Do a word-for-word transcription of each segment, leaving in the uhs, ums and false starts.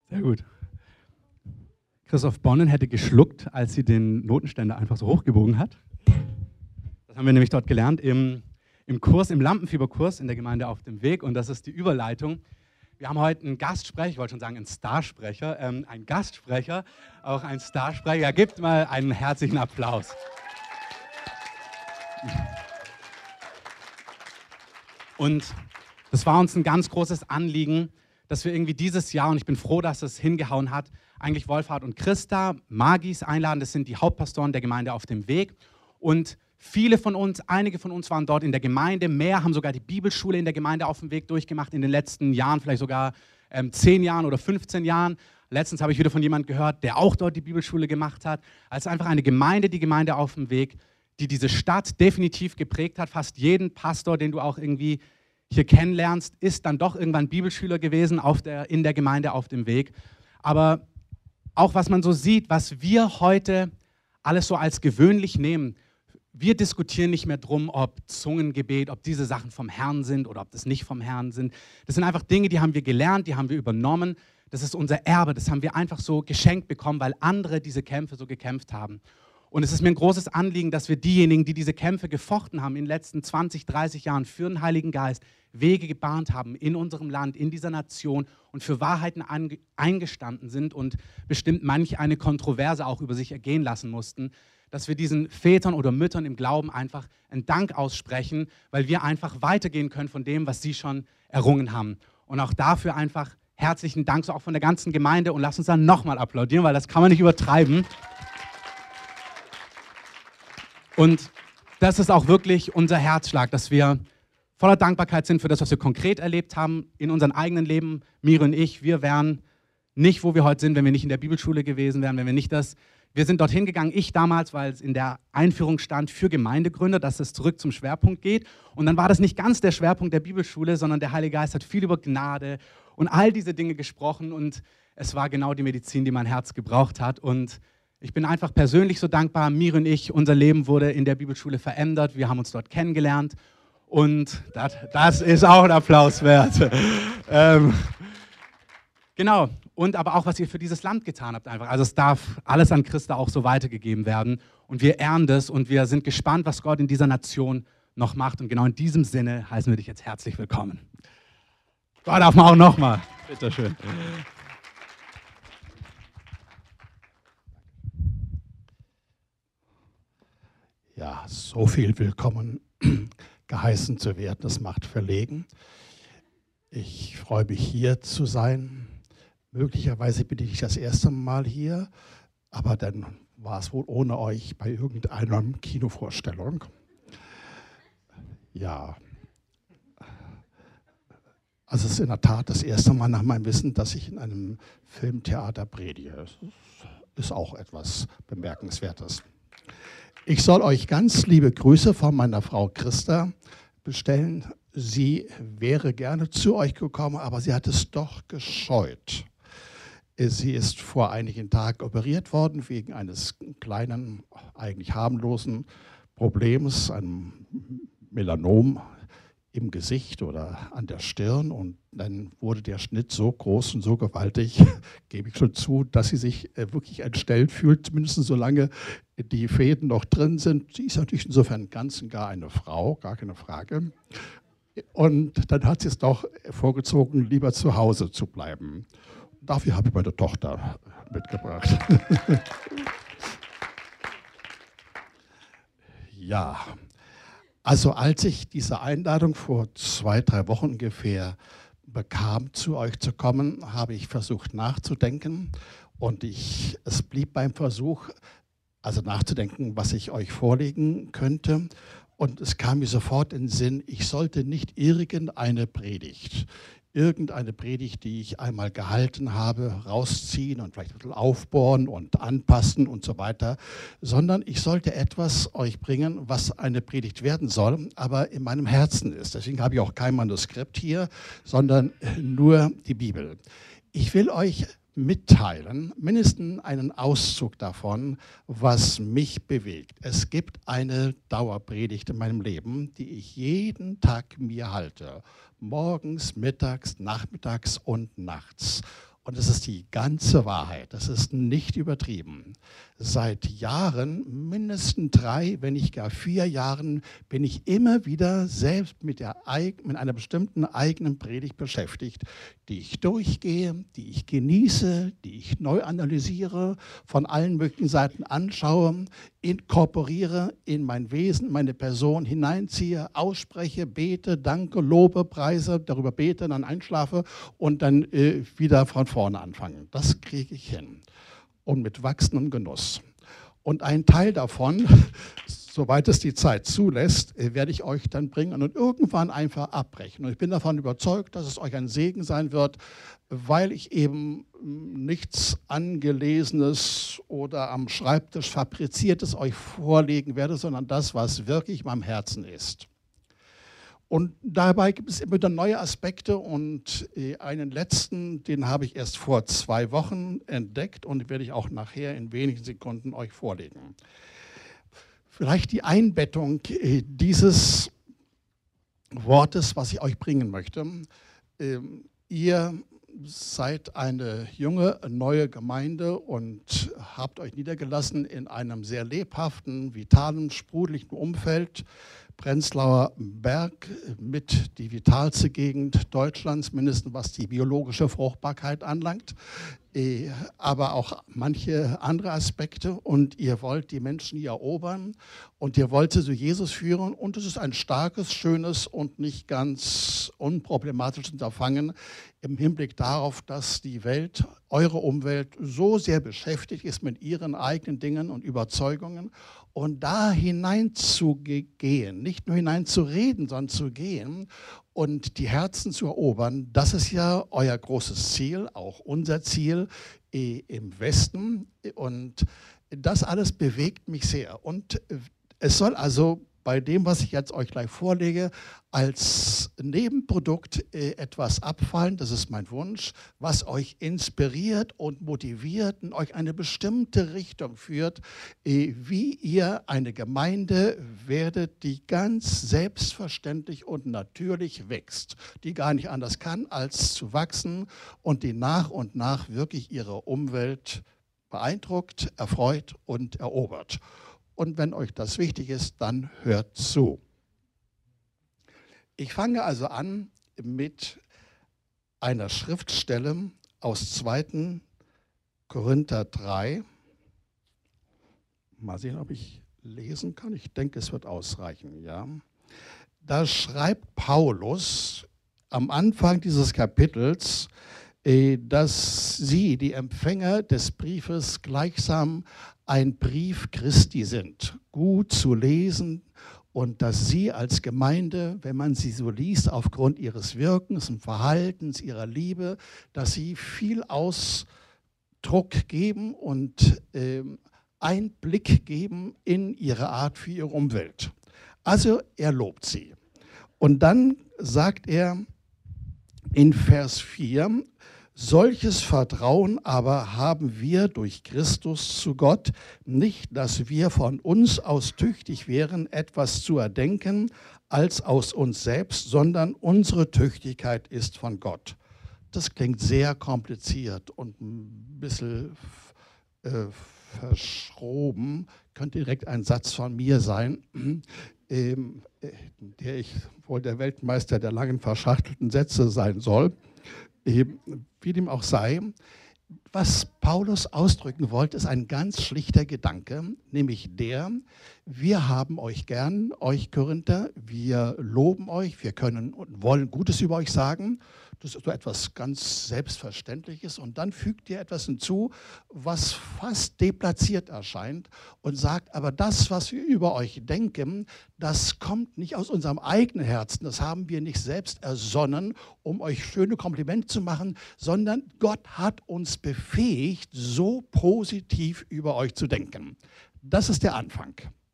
Sehr gut. Christoph Bonnen hätte geschluckt, als sie den Notenständer einfach so hochgebogen hat. Das haben wir nämlich dort gelernt im, im Kurs, im Lampenfieberkurs in der Gemeinde auf dem Weg. Und das ist die Überleitung. Wir haben heute einen Gastsprecher, ich wollte schon sagen einen Starsprecher, ähm, einen Gastsprecher, auch einen Starsprecher. Ja, gebt mal einen herzlichen Applaus. Und das war uns ein ganz großes Anliegen, dass wir irgendwie dieses Jahr, und ich bin froh, dass es hingehauen hat, eigentlich Wolfhard und Christa, Magis einladen. Das sind die Hauptpastoren der Gemeinde auf dem Weg. Und viele von uns, einige von uns waren dort in der Gemeinde, mehr haben sogar die Bibelschule in der Gemeinde auf dem Weg durchgemacht in den letzten Jahren, vielleicht sogar ähm, zehn Jahren oder fünfzehn Jahren. Letztens habe ich wieder von jemandem gehört, der auch dort die Bibelschule gemacht hat. Also einfach eine Gemeinde, die Gemeinde auf dem Weg, die diese Stadt definitiv geprägt hat. Fast jeden Pastor, den du auch irgendwie hier kennenlernst, ist dann doch irgendwann Bibelschüler gewesen auf der, in der Gemeinde auf dem Weg. Aber auch was man so sieht, was wir heute alles so als gewöhnlich nehmen, wir diskutieren nicht mehr drum, ob Zungengebet, ob diese Sachen vom Herrn sind oder ob das nicht vom Herrn sind. Das sind einfach Dinge, die haben wir gelernt, die haben wir übernommen. Das ist unser Erbe, das haben wir einfach so geschenkt bekommen, weil andere diese Kämpfe so gekämpft haben. Und es ist mir ein großes Anliegen, dass wir diejenigen, die diese Kämpfe gefochten haben in den letzten zwanzig, dreißig Jahren für den Heiligen Geist, Wege gebahnt haben in unserem Land, in dieser Nation und für Wahrheiten eingestanden sind und bestimmt manch eine Kontroverse auch über sich ergehen lassen mussten, dass wir diesen Vätern oder Müttern im Glauben einfach einen Dank aussprechen, weil wir einfach weitergehen können von dem, was sie schon errungen haben. Und auch dafür einfach herzlichen Dank, so auch von der ganzen Gemeinde. Und lasst uns dann nochmal applaudieren, weil das kann man nicht übertreiben. Und das ist auch wirklich unser Herzschlag, dass wir voller Dankbarkeit sind für das, was wir konkret erlebt haben in unserem eigenen Leben. Miri und ich, wir wären nicht, wo wir heute sind, wenn wir nicht in der Bibelschule gewesen wären, wenn wir nicht das... Wir sind dorthin gegangen, ich damals, weil es in der Einführung stand für Gemeindegründer, dass es zurück zum Schwerpunkt geht. Und dann war das nicht ganz der Schwerpunkt der Bibelschule, sondern der Heilige Geist hat viel über Gnade und all diese Dinge gesprochen. Und es war genau die Medizin, die mein Herz gebraucht hat. Und ich bin einfach persönlich so dankbar. Miri und ich, unser Leben wurde in der Bibelschule verändert. Wir haben uns dort kennengelernt. Und das, das ist auch ein Applaus wert. ähm, genau. Und aber auch, was ihr für dieses Land getan habt einfach. Also es darf alles an Christa auch so weitergegeben werden. Und wir ehren das und wir sind gespannt, was Gott in dieser Nation noch macht. Und genau in diesem Sinne heißen wir dich jetzt herzlich willkommen. Gott darf man auch nochmal. Bitte schön. Ja, so viel willkommen geheißen zu werden, das macht verlegen. Ich freue mich, hier zu sein. Möglicherweise bin ich nicht das erste Mal hier, aber dann war es wohl ohne euch bei irgendeiner Kinovorstellung. Ja, also es ist in der Tat das erste Mal nach meinem Wissen, dass ich in einem Filmtheater predige. Das ist auch etwas Bemerkenswertes. Ich soll euch ganz liebe Grüße von meiner Frau Christa bestellen. Sie wäre gerne zu euch gekommen, aber sie hat es doch gescheut. Sie ist vor einigen Tagen operiert worden wegen eines kleinen, eigentlich harmlosen Problems, einem Melanom im Gesicht oder an der Stirn. Und dann wurde der Schnitt so groß und so gewaltig, gebe ich schon zu, dass sie sich wirklich entstellt fühlt, zumindest solange die Fäden noch drin sind. Sie ist natürlich insofern ganz und gar eine Frau, gar keine Frage. Und dann hat sie es doch vorgezogen, lieber zu Hause zu bleiben. Dafür habe ich meine Tochter mitgebracht. Ja, also als ich diese Einladung vor zwei, drei Wochen ungefähr bekam, zu euch zu kommen, habe ich versucht nachzudenken. Und ich, es blieb beim Versuch, also nachzudenken, was ich euch vorlegen könnte. Und es kam mir sofort in den Sinn, ich sollte nicht irgendeine Predigt, irgendeine Predigt, die ich einmal gehalten habe, rausziehen und vielleicht ein bisschen aufbohren und anpassen und so weiter, sondern ich sollte etwas euch bringen, was eine Predigt werden soll, aber in meinem Herzen ist. Deswegen habe ich auch kein Manuskript hier, sondern nur die Bibel. Ich will euch mitteilen, mindestens einen Auszug davon, was mich bewegt. Es gibt eine Dauerpredigt in meinem Leben, die ich jeden Tag mir halte. Morgens, mittags, nachmittags und nachts. Und es ist die ganze Wahrheit, das ist nicht übertrieben. Seit Jahren, mindestens drei, wenn nicht gar vier Jahren, bin ich immer wieder selbst mit, der, mit einer bestimmten eigenen Predigt beschäftigt, die ich durchgehe, die ich genieße, die ich neu analysiere, von allen möglichen Seiten anschaue, inkorporiere, in mein Wesen, meine Person hineinziehe, ausspreche, bete, danke, lobe, preise, darüber bete, dann einschlafe und dann äh, wieder von vorne anfangen. Das kriege ich hin. Und mit wachsendem Genuss. Und einen Teil davon, soweit es die Zeit zulässt, werde ich euch dann bringen und irgendwann einfach abbrechen. Und ich bin davon überzeugt, dass es euch ein Segen sein wird, weil ich eben nichts Angelesenes oder am Schreibtisch Fabriziertes euch vorlegen werde, sondern das, was wirklich meinem Herzen ist. Und dabei gibt es immer wieder neue Aspekte und einen letzten, den habe ich erst vor zwei Wochen entdeckt und werde ich auch nachher in wenigen Sekunden euch vorlegen. Vielleicht die Einbettung dieses Wortes, was ich euch bringen möchte. Ihr seid eine junge, neue Gemeinde und habt euch niedergelassen in einem sehr lebhaften, vitalen, sprudeligen Umfeld. Prenzlauer Berg mit die vitalste Gegend Deutschlands, mindestens was die biologische Fruchtbarkeit anlangt, aber auch manche andere Aspekte. Und ihr wollt die Menschen hier erobern und ihr wollt sie zu Jesus führen. Und es ist ein starkes, schönes und nicht ganz unproblematisches Unterfangen im Hinblick darauf, dass die Welt, eure Umwelt, so sehr beschäftigt ist mit ihren eigenen Dingen und Überzeugungen. Und da hineinzugehen, nicht nur hineinzureden, sondern zu gehen und die Herzen zu erobern, das ist ja euer großes Ziel, auch unser Ziel eh, im Westen. Und das alles bewegt mich sehr. Und es soll also bei dem, was ich jetzt euch gleich vorlege, als Nebenprodukt äh, etwas abfallen, das ist mein Wunsch, was euch inspiriert und motiviert und euch eine bestimmte Richtung führt, äh, wie ihr eine Gemeinde werdet, die ganz selbstverständlich und natürlich wächst, die gar nicht anders kann, als zu wachsen und die nach und nach wirklich ihre Umwelt beeindruckt, erfreut und erobert. Und wenn euch das wichtig ist, dann hört zu. Ich fange also an mit einer Schriftstelle aus zweiten Korinther drei. Mal sehen, ob ich lesen kann. Ich denke, es wird ausreichen. Ja. Da schreibt Paulus am Anfang dieses Kapitels, dass sie, die Empfänger des Briefes, gleichsam ein Brief Christi sind, gut zu lesen und dass sie als Gemeinde, wenn man sie so liest, aufgrund ihres Wirkens und Verhaltens, ihrer Liebe, dass sie viel Ausdruck geben und äh, Einblick geben in ihre Art für ihre Umwelt. Also er lobt sie. Und dann sagt er in Vers vier, solches Vertrauen aber haben wir durch Christus zu Gott, nicht, dass wir von uns aus tüchtig wären, etwas zu erdenken, als aus uns selbst, sondern unsere Tüchtigkeit ist von Gott. Das klingt sehr kompliziert und ein bisschen äh, verschroben, könnte direkt ein Satz von mir sein, ähm, der ich wohl der Weltmeister der langen verschachtelten Sätze sein soll. Wie dem auch sei, was Paulus ausdrücken wollte, ist ein ganz schlichter Gedanke, nämlich der, wir haben euch gern, euch Korinther, wir loben euch, wir können und wollen Gutes über euch sagen. Das ist so etwas ganz Selbstverständliches. Und dann fügt ihr etwas hinzu, was fast deplatziert erscheint und sagt, aber das, was wir über euch denken, das kommt nicht aus unserem eigenen Herzen. Das haben wir nicht selbst ersonnen, um euch schöne Komplimente zu machen, sondern Gott hat uns befähigt, so positiv über euch zu denken. Das ist der Anfang.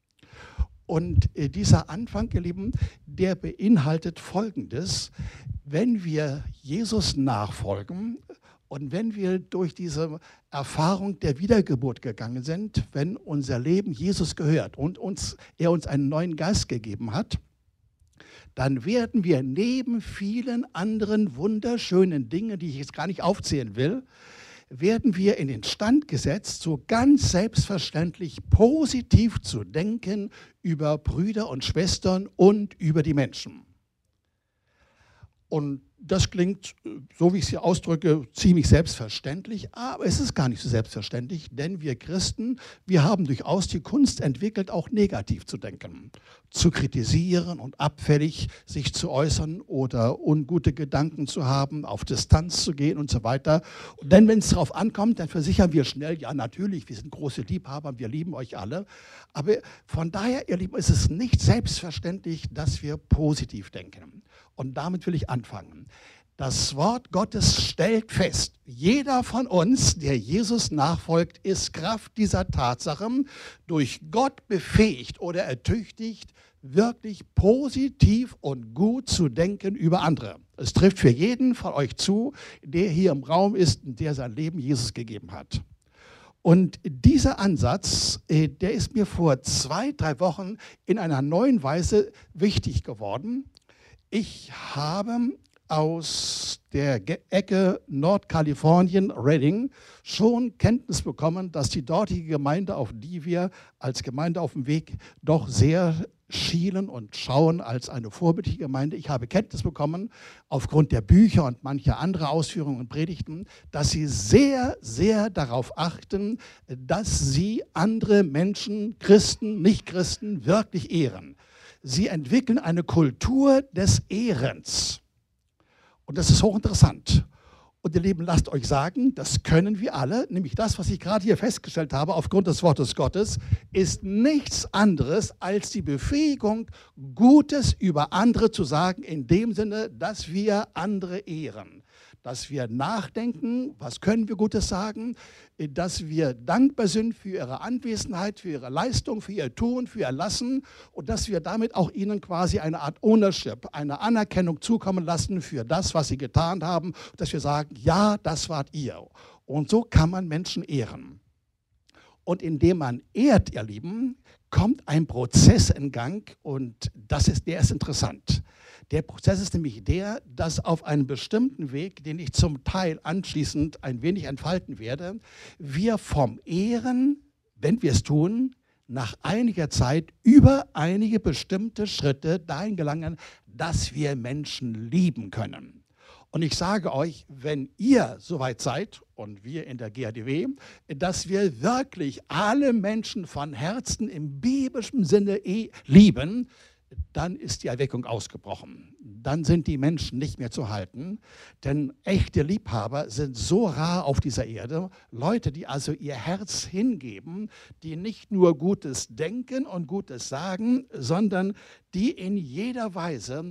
Und dieser Anfang, ihr Lieben, der beinhaltet Folgendes. Wenn wir Jesus nachfolgen und wenn wir durch diese Erfahrung der Wiedergeburt gegangen sind, wenn unser Leben Jesus gehört und uns, er uns einen neuen Geist gegeben hat, dann werden wir neben vielen anderen wunderschönen Dingen, die ich jetzt gar nicht aufzählen will, werden wir in den Stand gesetzt, so ganz selbstverständlich positiv zu denken über Brüder und Schwestern und über die Menschen. Und das klingt, so wie ich es hier ausdrücke, ziemlich selbstverständlich, aber es ist gar nicht so selbstverständlich, denn wir Christen, wir haben durchaus die Kunst entwickelt, auch negativ zu denken, zu kritisieren und abfällig sich zu äußern oder ungute Gedanken zu haben, auf Distanz zu gehen und so weiter. Denn wenn es darauf ankommt, dann versichern wir schnell, ja natürlich, wir sind große Liebhaber, wir lieben euch alle. Aber von daher, ihr Lieben, ist es nicht selbstverständlich, dass wir positiv denken. Und damit will ich anfangen. Das Wort Gottes stellt fest, jeder von uns, der Jesus nachfolgt, ist Kraft dieser Tatsachen durch Gott befähigt oder ertüchtigt, wirklich positiv und gut zu denken über andere. Es trifft für jeden von euch zu, der hier im Raum ist und der sein Leben Jesus gegeben hat. Und dieser Ansatz, der ist mir vor zwei, drei Wochen in einer neuen Weise wichtig geworden. Ich habe aus der Ecke Nordkalifornien, Redding, schon Kenntnis bekommen, dass die dortige Gemeinde, auf die wir als Gemeinde auf dem Weg doch sehr schielen und schauen als eine vorbildliche Gemeinde. Ich habe Kenntnis bekommen, aufgrund der Bücher und mancher anderer Ausführungen und Predigten, dass sie sehr, sehr darauf achten, dass sie andere Menschen, Christen, Nichtchristen, wirklich ehren. Sie entwickeln eine Kultur des Ehrens. Und das ist hochinteressant. Und ihr Lieben, lasst euch sagen, das können wir alle, nämlich das, was ich gerade hier festgestellt habe, aufgrund des Wortes Gottes, ist nichts anderes als die Befähigung, Gutes über andere zu sagen, in dem Sinne, dass wir andere ehren. Dass wir nachdenken, was können wir Gutes sagen, dass wir dankbar sind für ihre Anwesenheit, für ihre Leistung, für ihr Tun, für ihr Lassen und dass wir damit auch ihnen quasi eine Art Ownership, eine Anerkennung zukommen lassen für das, was sie getan haben, dass wir sagen, ja, das wart ihr. Und so kann man Menschen ehren. Und indem man ehrt, ihr Lieben, kommt ein Prozess in Gang und das ist, der ist interessant. Der Prozess ist nämlich der, dass auf einem bestimmten Weg, den ich zum Teil anschließend ein wenig entfalten werde, wir vom Ehren, wenn wir es tun, nach einiger Zeit über einige bestimmte Schritte dahin gelangen, dass wir Menschen lieben können. Und ich sage euch, wenn ihr soweit seid, und wir in der G A D W, dass wir wirklich alle Menschen von Herzen im biblischen Sinne lieben, dann ist die Erweckung ausgebrochen. Dann sind die Menschen nicht mehr zu halten, denn echte Liebhaber sind so rar auf dieser Erde, Leute, die also ihr Herz hingeben, die nicht nur Gutes denken und Gutes sagen, sondern die in jeder Weise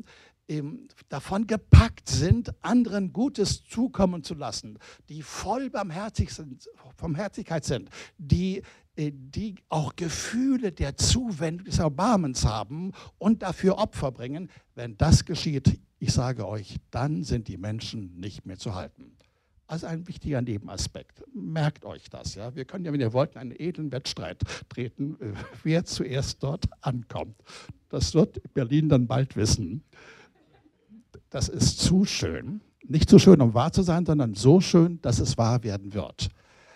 davon gepackt sind, anderen Gutes zukommen zu lassen, die voll barmherzig sind, Barmherzigkeit sind, die, die auch Gefühle der Zuwendung, des Erbarmens haben und dafür Opfer bringen. Wenn das geschieht, ich sage euch, dann sind die Menschen nicht mehr zu halten. Also ein wichtiger Nebenaspekt. Merkt euch das. Ja? Wir können ja, wenn ihr wollt, einen edlen Wettstreit treten, wer zuerst dort ankommt. Das wird Berlin dann bald wissen. Das ist zu schön. Nicht so schön, um wahr zu sein, sondern so schön, dass es wahr werden wird.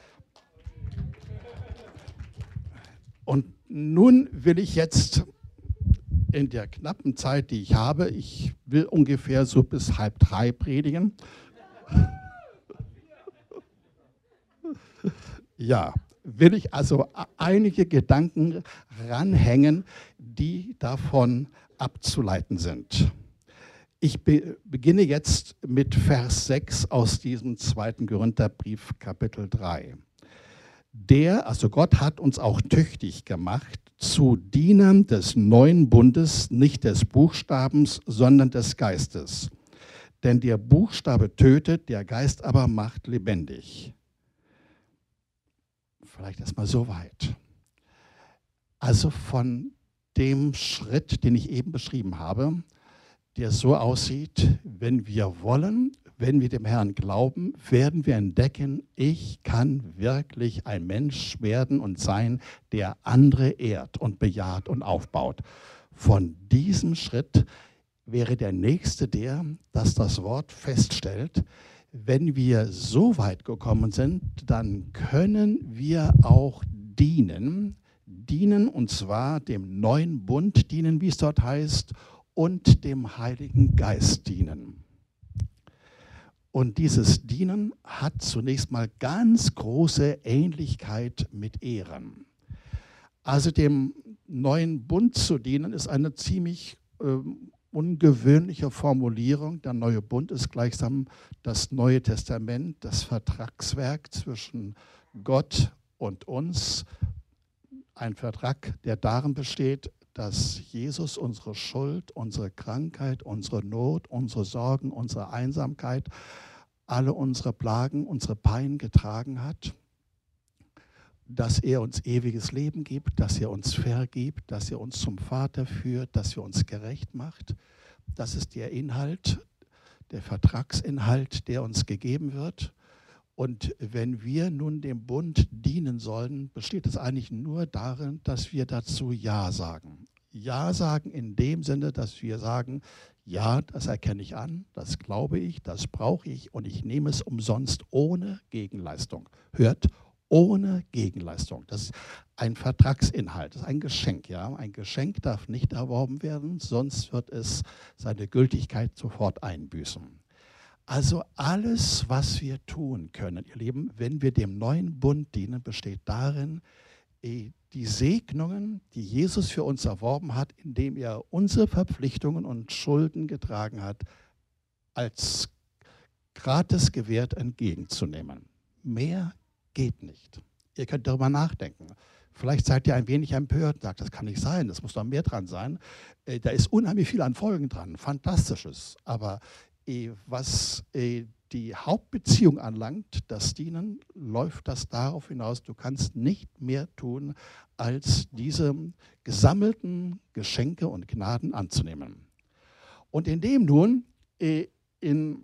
Und nun will ich jetzt in der knappen Zeit, die ich habe, ich will ungefähr so bis halb drei predigen. Ja, will ich also einige Gedanken ranhängen, die davon abzuleiten sind. Ich be- beginne jetzt mit Vers sechs aus diesem zweiten Korintherbrief, Kapitel drei. Der, also Gott hat uns auch tüchtig gemacht, zu Dienern des neuen Bundes, nicht des Buchstabens, sondern des Geistes. Denn der Buchstabe tötet, der Geist aber macht lebendig. Vielleicht erstmal so weit. Also von dem Schritt, den ich eben beschrieben habe, der so aussieht, wenn wir wollen, wenn wir dem Herrn glauben, werden wir entdecken, ich kann wirklich ein Mensch werden und sein, der andere ehrt und bejaht und aufbaut. Von diesem Schritt wäre der Nächste der, dass das Wort feststellt, wenn wir so weit gekommen sind, dann können wir auch dienen, dienen und zwar dem neuen Bund dienen, wie es dort heißt, und dem Heiligen Geist dienen. Und dieses Dienen hat zunächst mal ganz große Ähnlichkeit mit Ehren. Also dem neuen Bund zu dienen ist eine ziemlich äh, ungewöhnliche Formulierung. Der neue Bund ist gleichsam das Neue Testament, das Vertragswerk zwischen Gott und uns. Ein Vertrag, der darin besteht, dass Jesus unsere Schuld, unsere Krankheit, unsere Not, unsere Sorgen, unsere Einsamkeit, alle unsere Plagen, unsere Pein getragen hat, dass er uns ewiges Leben gibt, dass er uns vergibt, dass er uns zum Vater führt, dass er uns gerecht macht. Das ist der Inhalt, der Vertragsinhalt, der uns gegeben wird. Und wenn wir nun dem Bund dienen sollen, besteht es eigentlich nur darin, dass wir dazu Ja sagen. Ja sagen in dem Sinne, dass wir sagen, ja, das erkenne ich an, das glaube ich, das brauche ich und ich nehme es umsonst ohne Gegenleistung. Hört, ohne Gegenleistung. Das ist ein Vertragsinhalt, das ist ein Geschenk. Ja? Ein Geschenk darf nicht erworben werden, sonst wird es seine Gültigkeit sofort einbüßen. Also alles, was wir tun können, ihr Lieben, wenn wir dem neuen Bund dienen, besteht darin, die Segnungen, die Jesus für uns erworben hat, indem er unsere Verpflichtungen und Schulden getragen hat, als gratis gewährt entgegenzunehmen. Mehr geht nicht. Ihr könnt darüber nachdenken. Vielleicht seid ihr ein wenig empört und sagt, das kann nicht sein, das muss doch mehr dran sein. Da ist unheimlich viel an Folgen dran, Fantastisches. Aber was die Hauptbeziehung anlangt, das Dienen, läuft das darauf hinaus, du kannst nicht mehr tun, als diese gesammelten Geschenke und Gnaden anzunehmen. Und indem nun in,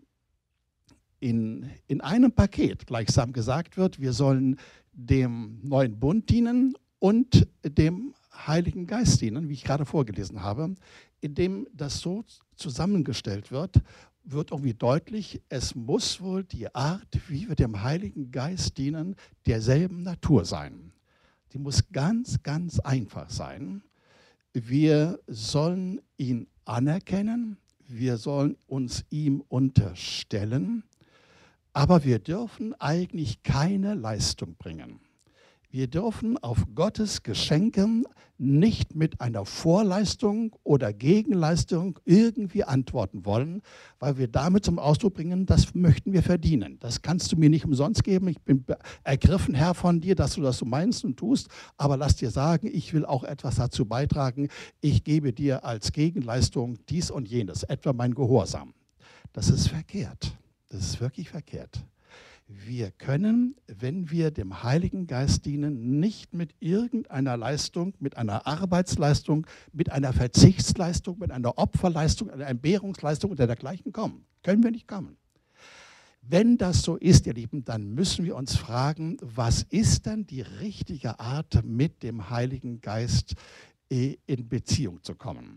in, in einem Paket gleichsam gesagt wird, wir sollen dem neuen Bund dienen und dem Heiligen Geist dienen, wie ich gerade vorgelesen habe, indem das so zusammengestellt wird, wird irgendwie deutlich, es muss wohl die Art, wie wir dem Heiligen Geist dienen, derselben Natur sein. Die muss ganz, ganz einfach sein. Wir sollen ihn anerkennen, wir sollen uns ihm unterstellen, aber wir dürfen eigentlich keine Leistung bringen. Wir dürfen auf Gottes Geschenke nicht mit einer Vorleistung oder Gegenleistung irgendwie antworten wollen, weil wir damit zum Ausdruck bringen, das möchten wir verdienen. Das kannst du mir nicht umsonst geben. Ich bin ergriffen, Herr, von dir, dass du das so meinst und tust, aber lass dir sagen, ich will auch etwas dazu beitragen. Ich gebe dir als Gegenleistung dies und jenes, etwa mein Gehorsam. Das ist verkehrt. Das ist wirklich verkehrt. Wir können, wenn wir dem Heiligen Geist dienen, nicht mit irgendeiner Leistung, mit einer Arbeitsleistung, mit einer Verzichtsleistung, mit einer Opferleistung, einer Entbehrungsleistung oder dergleichen kommen. Können wir nicht kommen. Wenn das so ist, ihr Lieben, dann müssen wir uns fragen, was ist denn die richtige Art, mit dem Heiligen Geist in Beziehung zu kommen?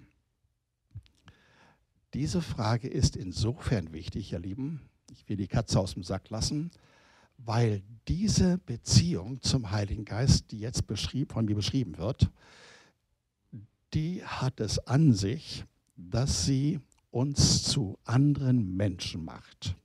Diese Frage ist insofern wichtig, ihr Lieben, ich will die Katze aus dem Sack lassen, weil diese Beziehung zum Heiligen Geist, die jetzt beschrieb, von mir beschrieben wird, die hat es an sich, dass sie uns zu anderen Menschen macht.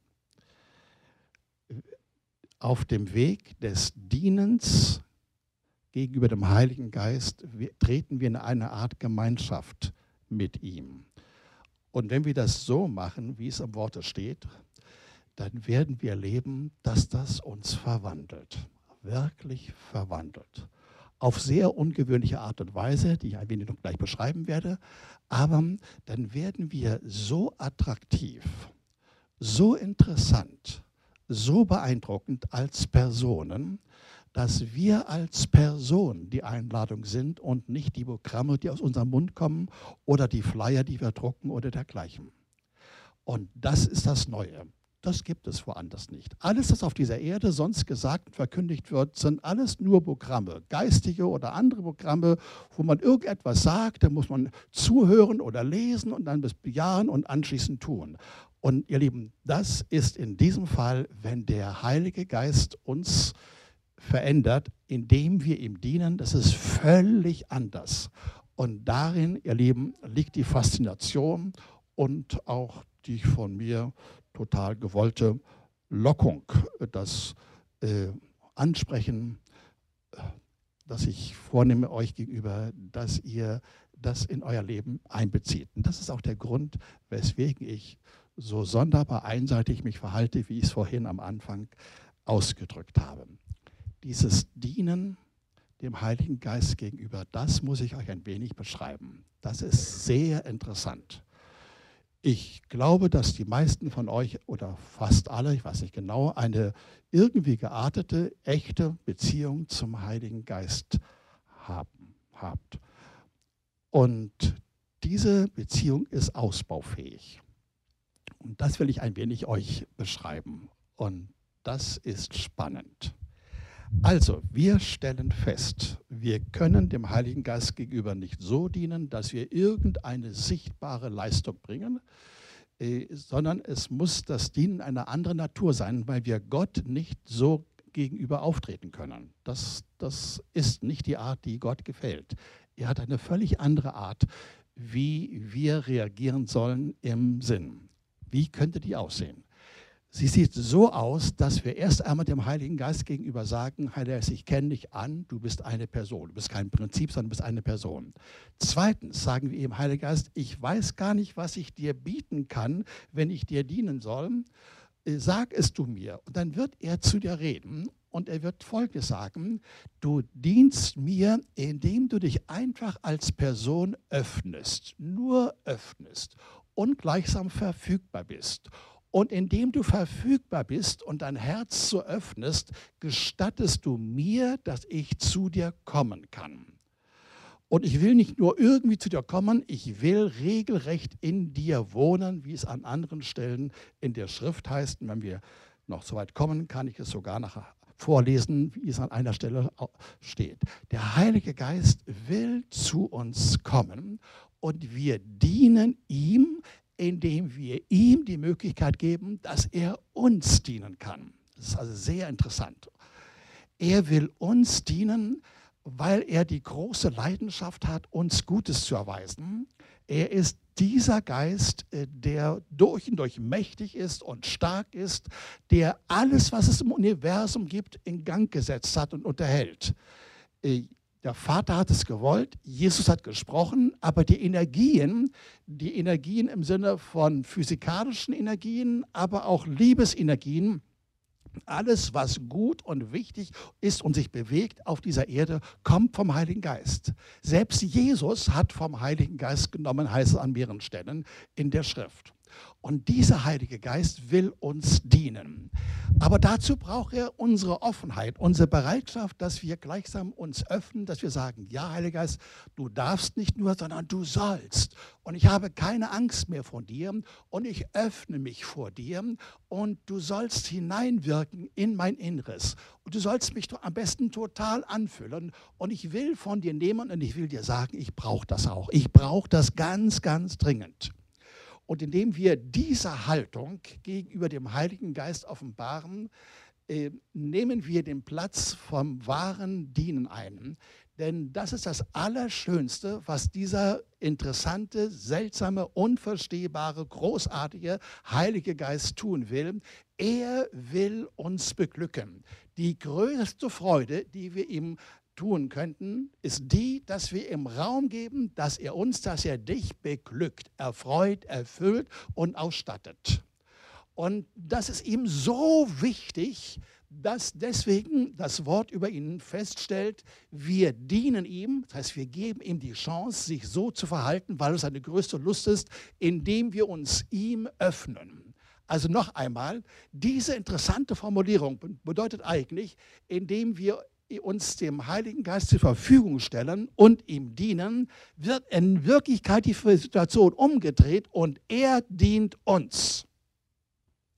Auf dem Weg des Dienens gegenüber dem Heiligen Geist treten wir in eine Art Gemeinschaft mit ihm. Und wenn wir das so machen, wie es am Worte steht, dann werden wir erleben, dass das uns verwandelt, wirklich verwandelt. Auf sehr ungewöhnliche Art und Weise, die ich ein wenig noch gleich beschreiben werde, aber dann werden wir so attraktiv, so interessant, so beeindruckend als Personen, dass wir als Person die Einladung sind und nicht die Programme, die aus unserem Mund kommen oder die Flyer, die wir drucken oder dergleichen. Und das ist das Neue. Das gibt es woanders nicht. Alles, was auf dieser Erde sonst gesagt und verkündigt wird, sind alles nur Programme, geistige oder andere Programme, wo man irgendetwas sagt, da muss man zuhören oder lesen und dann das bejahen und anschließend tun. Und ihr Lieben, das ist in diesem Fall, wenn der Heilige Geist uns verändert, indem wir ihm dienen, das ist völlig anders. Und darin, ihr Lieben, liegt die Faszination und auch die von mir total gewollte Lockung, das äh, Ansprechen, das ich vornehme euch gegenüber, dass ihr das in euer Leben einbezieht. Und das ist auch der Grund, weswegen ich so sonderbar einseitig mich verhalte, wie ich es vorhin am Anfang ausgedrückt habe. Dieses Dienen dem Heiligen Geist gegenüber, das muss ich euch ein wenig beschreiben. Das ist sehr interessant. Ich glaube, dass die meisten von euch oder fast alle, ich weiß nicht genau, eine irgendwie geartete, echte Beziehung zum Heiligen Geist haben, habt. Und diese Beziehung ist ausbaufähig. Und das will ich ein wenig euch beschreiben. Und das ist spannend. Also, wir stellen fest, wir können dem Heiligen Geist gegenüber nicht so dienen, dass wir irgendeine sichtbare Leistung bringen, äh, sondern es muss das Dienen einer anderen Natur sein, weil wir Gott nicht so gegenüber auftreten können. Das, das ist nicht die Art, die Gott gefällt. Er hat eine völlig andere Art, wie wir reagieren sollen im Sinn. Wie könnte die aussehen? Sie sieht so aus, dass wir erst einmal dem Heiligen Geist gegenüber sagen, Heiliger Geist, ich kenne dich an, du bist eine Person. Du bist kein Prinzip, sondern du bist eine Person. Zweitens sagen wir ihm, Heiliger Geist, ich weiß gar nicht, was ich dir bieten kann, wenn ich dir dienen soll. Sag es du mir. Und dann wird er zu dir reden und er wird Folgendes sagen, du dienst mir, indem du dich einfach als Person öffnest, nur öffnest und gleichsam verfügbar bist. Und indem du verfügbar bist und dein Herz so öffnest, gestattest du mir, dass ich zu dir kommen kann. Und ich will nicht nur irgendwie zu dir kommen, ich will regelrecht in dir wohnen, wie es an anderen Stellen in der Schrift heißt. Und wenn wir noch so weit kommen, kann ich es sogar nachher vorlesen, wie es an einer Stelle steht. Der Heilige Geist will zu uns kommen und wir dienen ihm, indem wir ihm die Möglichkeit geben, dass er uns dienen kann. Das ist also sehr interessant. Er will uns dienen, weil er die große Leidenschaft hat, uns Gutes zu erweisen. Er ist dieser Geist, der durch und durch mächtig ist und stark ist, der alles, was es im Universum gibt, in Gang gesetzt hat und unterhält. Der Vater hat es gewollt, Jesus hat gesprochen, aber die Energien, die Energien im Sinne von physikalischen Energien, aber auch Liebesenergien, alles, was gut und wichtig ist und sich bewegt auf dieser Erde, kommt vom Heiligen Geist. Selbst Jesus hat vom Heiligen Geist genommen, heißt es an mehreren Stellen in der Schrift. Und dieser Heilige Geist will uns dienen. Aber dazu braucht er unsere Offenheit, unsere Bereitschaft, dass wir gleichsam uns öffnen, dass wir sagen, ja, Heiliger Geist, du darfst nicht nur, sondern du sollst. Und ich habe keine Angst mehr vor dir und ich öffne mich vor dir und du sollst hineinwirken in mein Inneres. Und du sollst mich am besten total anfüllen und ich will von dir nehmen und ich will dir sagen, ich brauche das auch. Ich brauche das ganz, ganz dringend. Und indem wir diese Haltung gegenüber dem Heiligen Geist offenbaren, äh, nehmen wir den Platz vom wahren Dienen ein. Denn das ist das Allerschönste, was dieser interessante, seltsame, unverstehbare, großartige Heilige Geist tun will. Er will uns beglücken. Die größte Freude, die wir ihm tun könnten, ist die, dass wir ihm Raum geben, dass er uns, dass er dich beglückt, erfreut, erfüllt und ausstattet. Und das ist ihm so wichtig, dass deswegen das Wort über ihn feststellt, wir dienen ihm, das heißt, wir geben ihm die Chance, sich so zu verhalten, weil es seine größte Lust ist, indem wir uns ihm öffnen. Also noch einmal, diese interessante Formulierung bedeutet eigentlich, indem wir uns dem Heiligen Geist zur Verfügung stellen und ihm dienen, wird in Wirklichkeit die Situation umgedreht und er dient uns.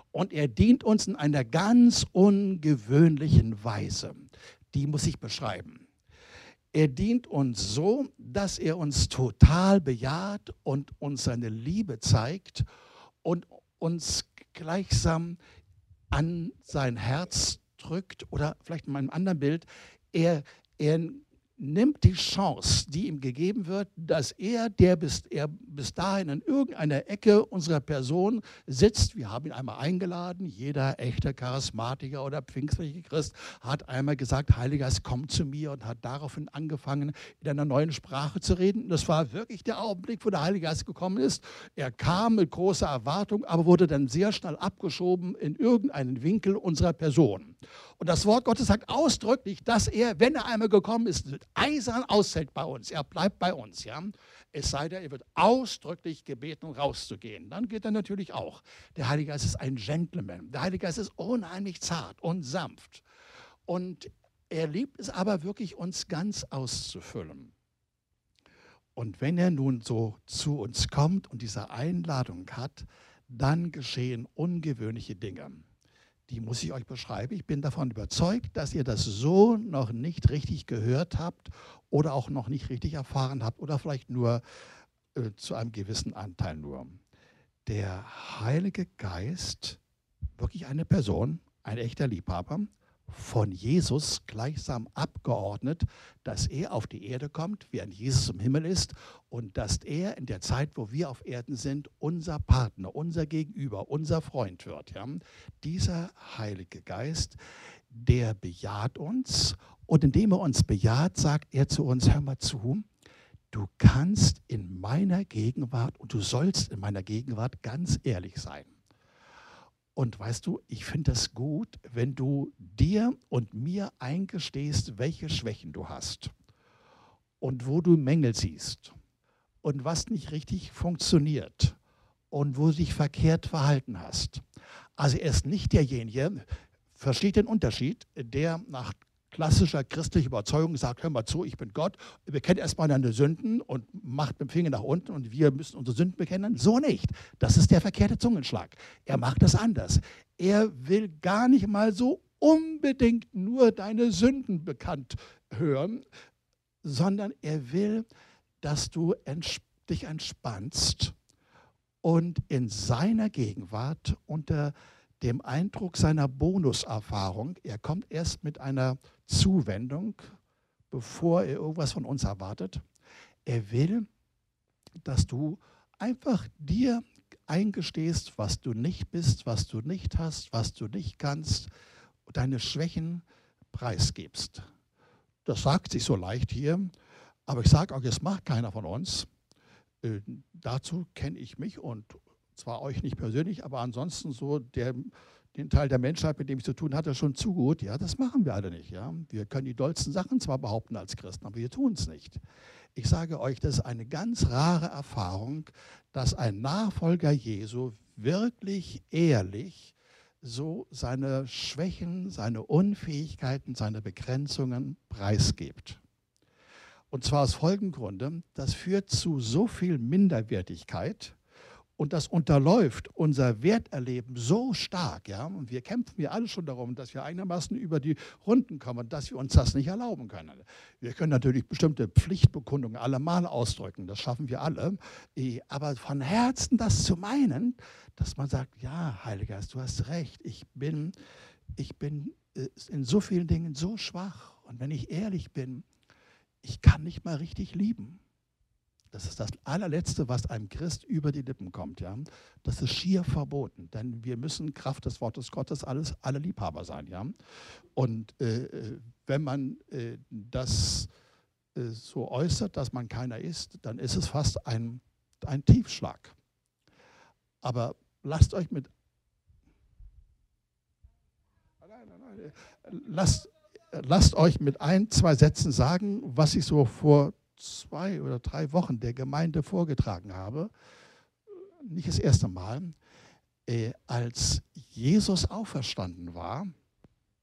Und er dient uns in einer ganz ungewöhnlichen Weise. Die muss ich beschreiben. Er dient uns so, dass er uns total bejaht und uns seine Liebe zeigt und uns gleichsam an sein Herz drückt. Oder vielleicht in meinem anderen Bild, er, er nimmt die Chance, die ihm gegeben wird, dass er, der bis, er bis dahin in irgendeiner Ecke unserer Person sitzt. Wir haben ihn einmal eingeladen. Jeder echte Charismatiker oder pfingstliche Christ hat einmal gesagt, Heiliger Geist, komm zu mir, und hat daraufhin angefangen, in einer neuen Sprache zu reden. Das war wirklich der Augenblick, wo der Heilige Geist gekommen ist. Er kam mit großer Erwartung, aber wurde dann sehr schnell abgeschoben in irgendeinen Winkel unserer Person. Und das Wort Gottes sagt ausdrücklich, dass er, wenn er einmal gekommen ist, mit eisern aushält bei uns. Er bleibt bei uns. Ja? Es sei denn, er wird ausdrücklich gebeten, rauszugehen. Dann geht er natürlich auch. Der Heilige Geist ist ein Gentleman. Der Heilige Geist ist unheimlich zart und sanft. Und er liebt es aber wirklich, uns ganz auszufüllen. Und wenn er nun so zu uns kommt und diese Einladung hat, dann geschehen ungewöhnliche Dinge. Die muss ich euch beschreiben. Ich bin davon überzeugt, dass ihr das so noch nicht richtig gehört habt oder auch noch nicht richtig erfahren habt oder vielleicht nur äh, zu einem gewissen Anteil nur. Der Heilige Geist, wirklich eine Person, ein echter Liebhaber, von Jesus gleichsam abgeordnet, dass er auf die Erde kommt, während Jesus im Himmel ist, und dass er in der Zeit, wo wir auf Erden sind, unser Partner, unser Gegenüber, unser Freund wird. Ja? Dieser Heilige Geist, der bejaht uns, und indem er uns bejaht, sagt er zu uns, hör mal zu, du kannst in meiner Gegenwart und du sollst in meiner Gegenwart ganz ehrlich sein. Und weißt du, ich finde das gut, wenn du dir und mir eingestehst, welche Schwächen du hast und wo du Mängel siehst und was nicht richtig funktioniert und wo du dich verkehrt verhalten hast. Also er ist nicht derjenige, versteht den Unterschied, der nach klassischer christlicher Überzeugung sagt, hör mal zu, ich bin Gott, bekennt erstmal deine Sünden und macht mit dem Finger nach unten und wir müssen unsere Sünden bekennen. So nicht. Das ist der verkehrte Zungenschlag. Er macht das anders. Er will gar nicht mal so unbedingt nur deine Sünden bekannt hören, sondern er will, dass du ents- dich entspannst und in seiner Gegenwart unter dem Eindruck seiner Bonuserfahrung, er kommt erst mit einer Zuwendung, bevor er irgendwas von uns erwartet. Er will, dass du einfach dir eingestehst, was du nicht bist, was du nicht hast, was du nicht kannst, deine Schwächen preisgibst. Das sagt sich so leicht hier, aber ich sage euch, es macht keiner von uns. Äh, dazu kenne ich mich und zwar euch nicht persönlich, aber ansonsten so der, den Teil der Menschheit, mit dem ich zu tun hatte, schon zu gut. Ja, das machen wir alle nicht. Ja. Wir können die dollsten Sachen zwar behaupten als Christen, aber wir tun es nicht. Ich sage euch, das ist eine ganz rare Erfahrung, dass ein Nachfolger Jesu wirklich ehrlich so seine Schwächen, seine Unfähigkeiten, seine Begrenzungen preisgibt. Und zwar aus folgendem Grunde, das führt zu so viel Minderwertigkeit, und das unterläuft unser Werterleben so stark, ja, und wir kämpfen ja alle schon darum, dass wir einigermaßen über die Runden kommen, dass wir uns das nicht erlauben können. Wir können natürlich bestimmte Pflichtbekundungen allemal ausdrücken, das schaffen wir alle, aber von Herzen das zu meinen, dass man sagt, ja, Heiliger Geist, du hast recht, ich bin, ich bin in so vielen Dingen so schwach, und wenn ich ehrlich bin, ich kann nicht mal richtig lieben. Das ist das allerletzte, was einem Christ über die Lippen kommt. Ja? Das ist schier verboten, denn wir müssen Kraft des Wortes Gottes alles, alle Liebhaber sein. Ja? Und äh, wenn man äh, das äh, so äußert, dass man keiner ist, dann ist es fast ein, ein Tiefschlag. Aber lasst euch mit... Nein, nein, nein, lasst, lasst euch mit ein, zwei Sätzen sagen, was ich so vor zwei oder drei Wochen der Gemeinde vorgetragen habe, nicht das erste Mal, äh, als Jesus auferstanden war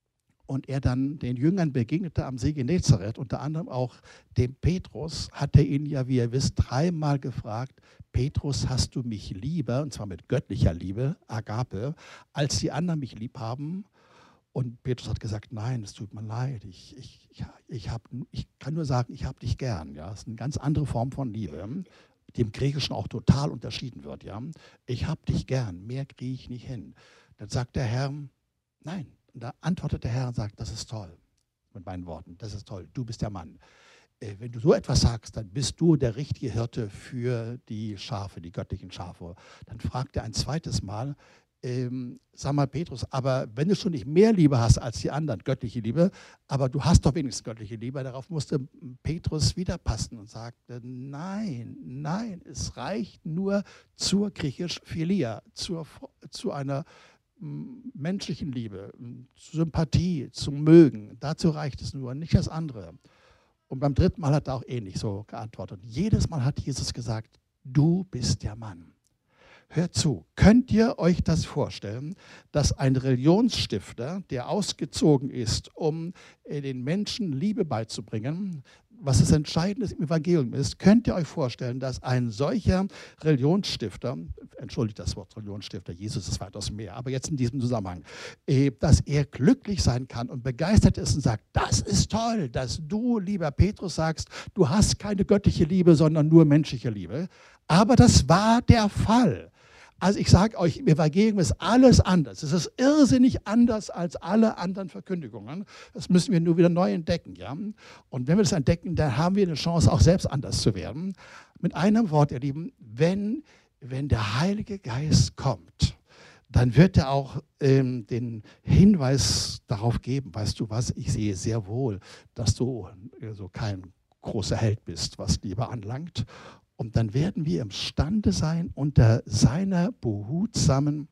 und er dann den Jüngern begegnete am See Genezareth, unter anderem auch dem Petrus, hat er ihn ja, wie ihr wisst, dreimal gefragt: Petrus, hast du mich lieber, und zwar mit göttlicher Liebe, Agape, als die anderen mich lieb haben? Und Petrus hat gesagt: Nein, es tut mir leid, ich, ich, ich, ich, hab, ich kann nur sagen, ich habe dich gern. Ja? Das ist eine ganz andere Form von Liebe, die im Griechischen auch total unterschieden wird. Ja? Ich habe dich gern, mehr kriege ich nicht hin. Dann sagt der Herr: Nein. Und da antwortet der Herr und sagt: Das ist toll, mit meinen Worten, das ist toll, du bist der Mann. Äh, wenn du so etwas sagst, dann bist du der richtige Hirte für die Schafe, die göttlichen Schafe. Dann fragt er ein zweites Mal: ähm, Sag mal, Petrus, aber wenn du schon nicht mehr Liebe hast als die anderen, göttliche Liebe, aber du hast doch wenigstens göttliche Liebe, darauf musste Petrus wieder passen und sagte: Nein, nein, es reicht nur zur griechisch Philia, zur, zu einer menschlichen Liebe, Sympathie, zum Mögen. Dazu reicht es nur, nicht das andere. Und beim dritten Mal hat er auch ähnlich so geantwortet. Jedes Mal hat Jesus gesagt: Du bist der Mann. Hört zu, könnt ihr euch das vorstellen, dass ein Religionsstifter, der ausgezogen ist, um den Menschen Liebe beizubringen, was das Entscheidende im Evangelium ist, könnt ihr euch vorstellen, dass ein solcher Religionsstifter, entschuldigt das Wort Religionsstifter, Jesus ist weitaus mehr, aber jetzt in diesem Zusammenhang, dass er glücklich sein kann und begeistert ist und sagt: Das ist toll, dass du, lieber Petrus, sagst, du hast keine göttliche Liebe, sondern nur menschliche Liebe. Aber das war der Fall. Also ich sage euch, im Evangelium ist alles anders. Es ist irrsinnig anders als alle anderen Verkündigungen. Das müssen wir nur wieder neu entdecken. Ja? Und wenn wir das entdecken, dann haben wir eine Chance, auch selbst anders zu werden. Mit einem Wort, ihr Lieben, wenn, wenn der Heilige Geist kommt, dann wird er auch ähm, den Hinweis darauf geben: Weißt du was, ich sehe sehr wohl, dass du also kein großer Held bist, was Liebe anlangt. Und dann werden wir imstande sein, unter seiner behutsamen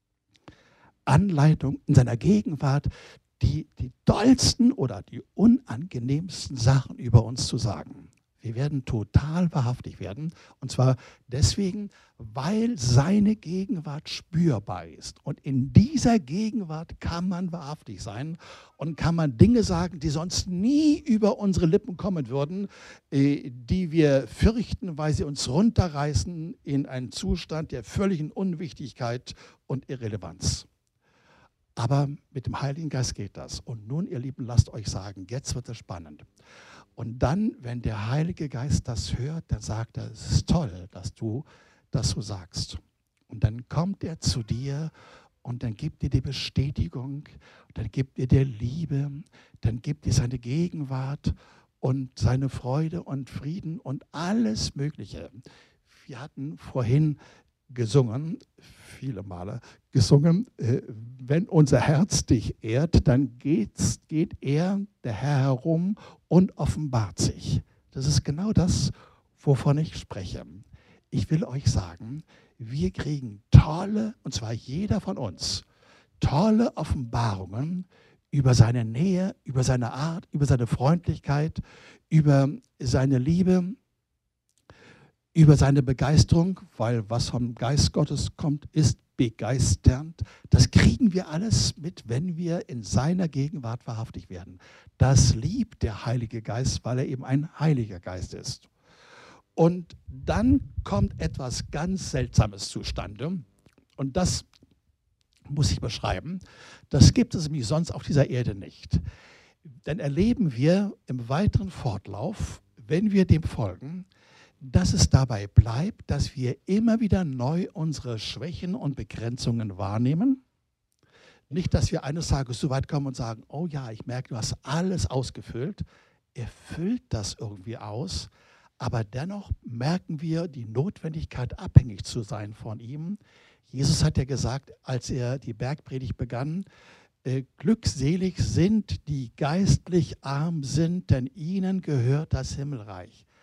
Anleitung, in seiner Gegenwart, die, die dollsten oder die unangenehmsten Sachen über uns zu sagen. Wir werden total wahrhaftig werden. Und zwar deswegen, weil seine Gegenwart spürbar ist. Und in dieser Gegenwart kann man wahrhaftig sein und kann man Dinge sagen, die sonst nie über unsere Lippen kommen würden, die wir fürchten, weil sie uns runterreißen in einen Zustand der völligen Unwichtigkeit und Irrelevanz. Aber mit dem Heiligen Geist geht das. Und nun, ihr Lieben, lasst euch sagen, jetzt wird es spannend. Und dann, wenn der Heilige Geist das hört, dann sagt er: Es ist toll, dass du das so sagst. Und dann kommt er zu dir und dann gibt er die Bestätigung, dann gibt er dir Liebe, dann gibt er seine Gegenwart und seine Freude und Frieden und alles Mögliche. Wir hatten vorhin gesungen, viele Male gesungen, äh, wenn unser Herz dich ehrt, dann geht's, geht er, der Herr, herum und offenbart sich. Das ist genau das, wovon ich spreche. Ich will euch sagen, wir kriegen tolle, und zwar jeder von uns, tolle Offenbarungen über seine Nähe, über seine Art, über seine Freundlichkeit, über seine Liebe, über seine Begeisterung, weil was vom Geist Gottes kommt, ist begeisternd. Das kriegen wir alles mit, wenn wir in seiner Gegenwart wahrhaftig werden. Das liebt der Heilige Geist, weil er eben ein Heiliger Geist ist. Und dann kommt etwas ganz Seltsames zustande. Und das muss ich beschreiben. Das gibt es nämlich sonst auf dieser Erde nicht. Dann erleben wir im weiteren Fortlauf, wenn wir dem folgen, dass es dabei bleibt, dass wir immer wieder neu unsere Schwächen und Begrenzungen wahrnehmen. Nicht, dass wir eines Tages so weit kommen und sagen: Oh ja, ich merke, du hast alles ausgefüllt. Er füllt das irgendwie aus, aber dennoch merken wir die Notwendigkeit, abhängig zu sein von ihm. Jesus hat ja gesagt, als er die Bergpredigt begann: äh, Glückselig sind, die geistlich arm sind, denn ihnen gehört das Himmelreich.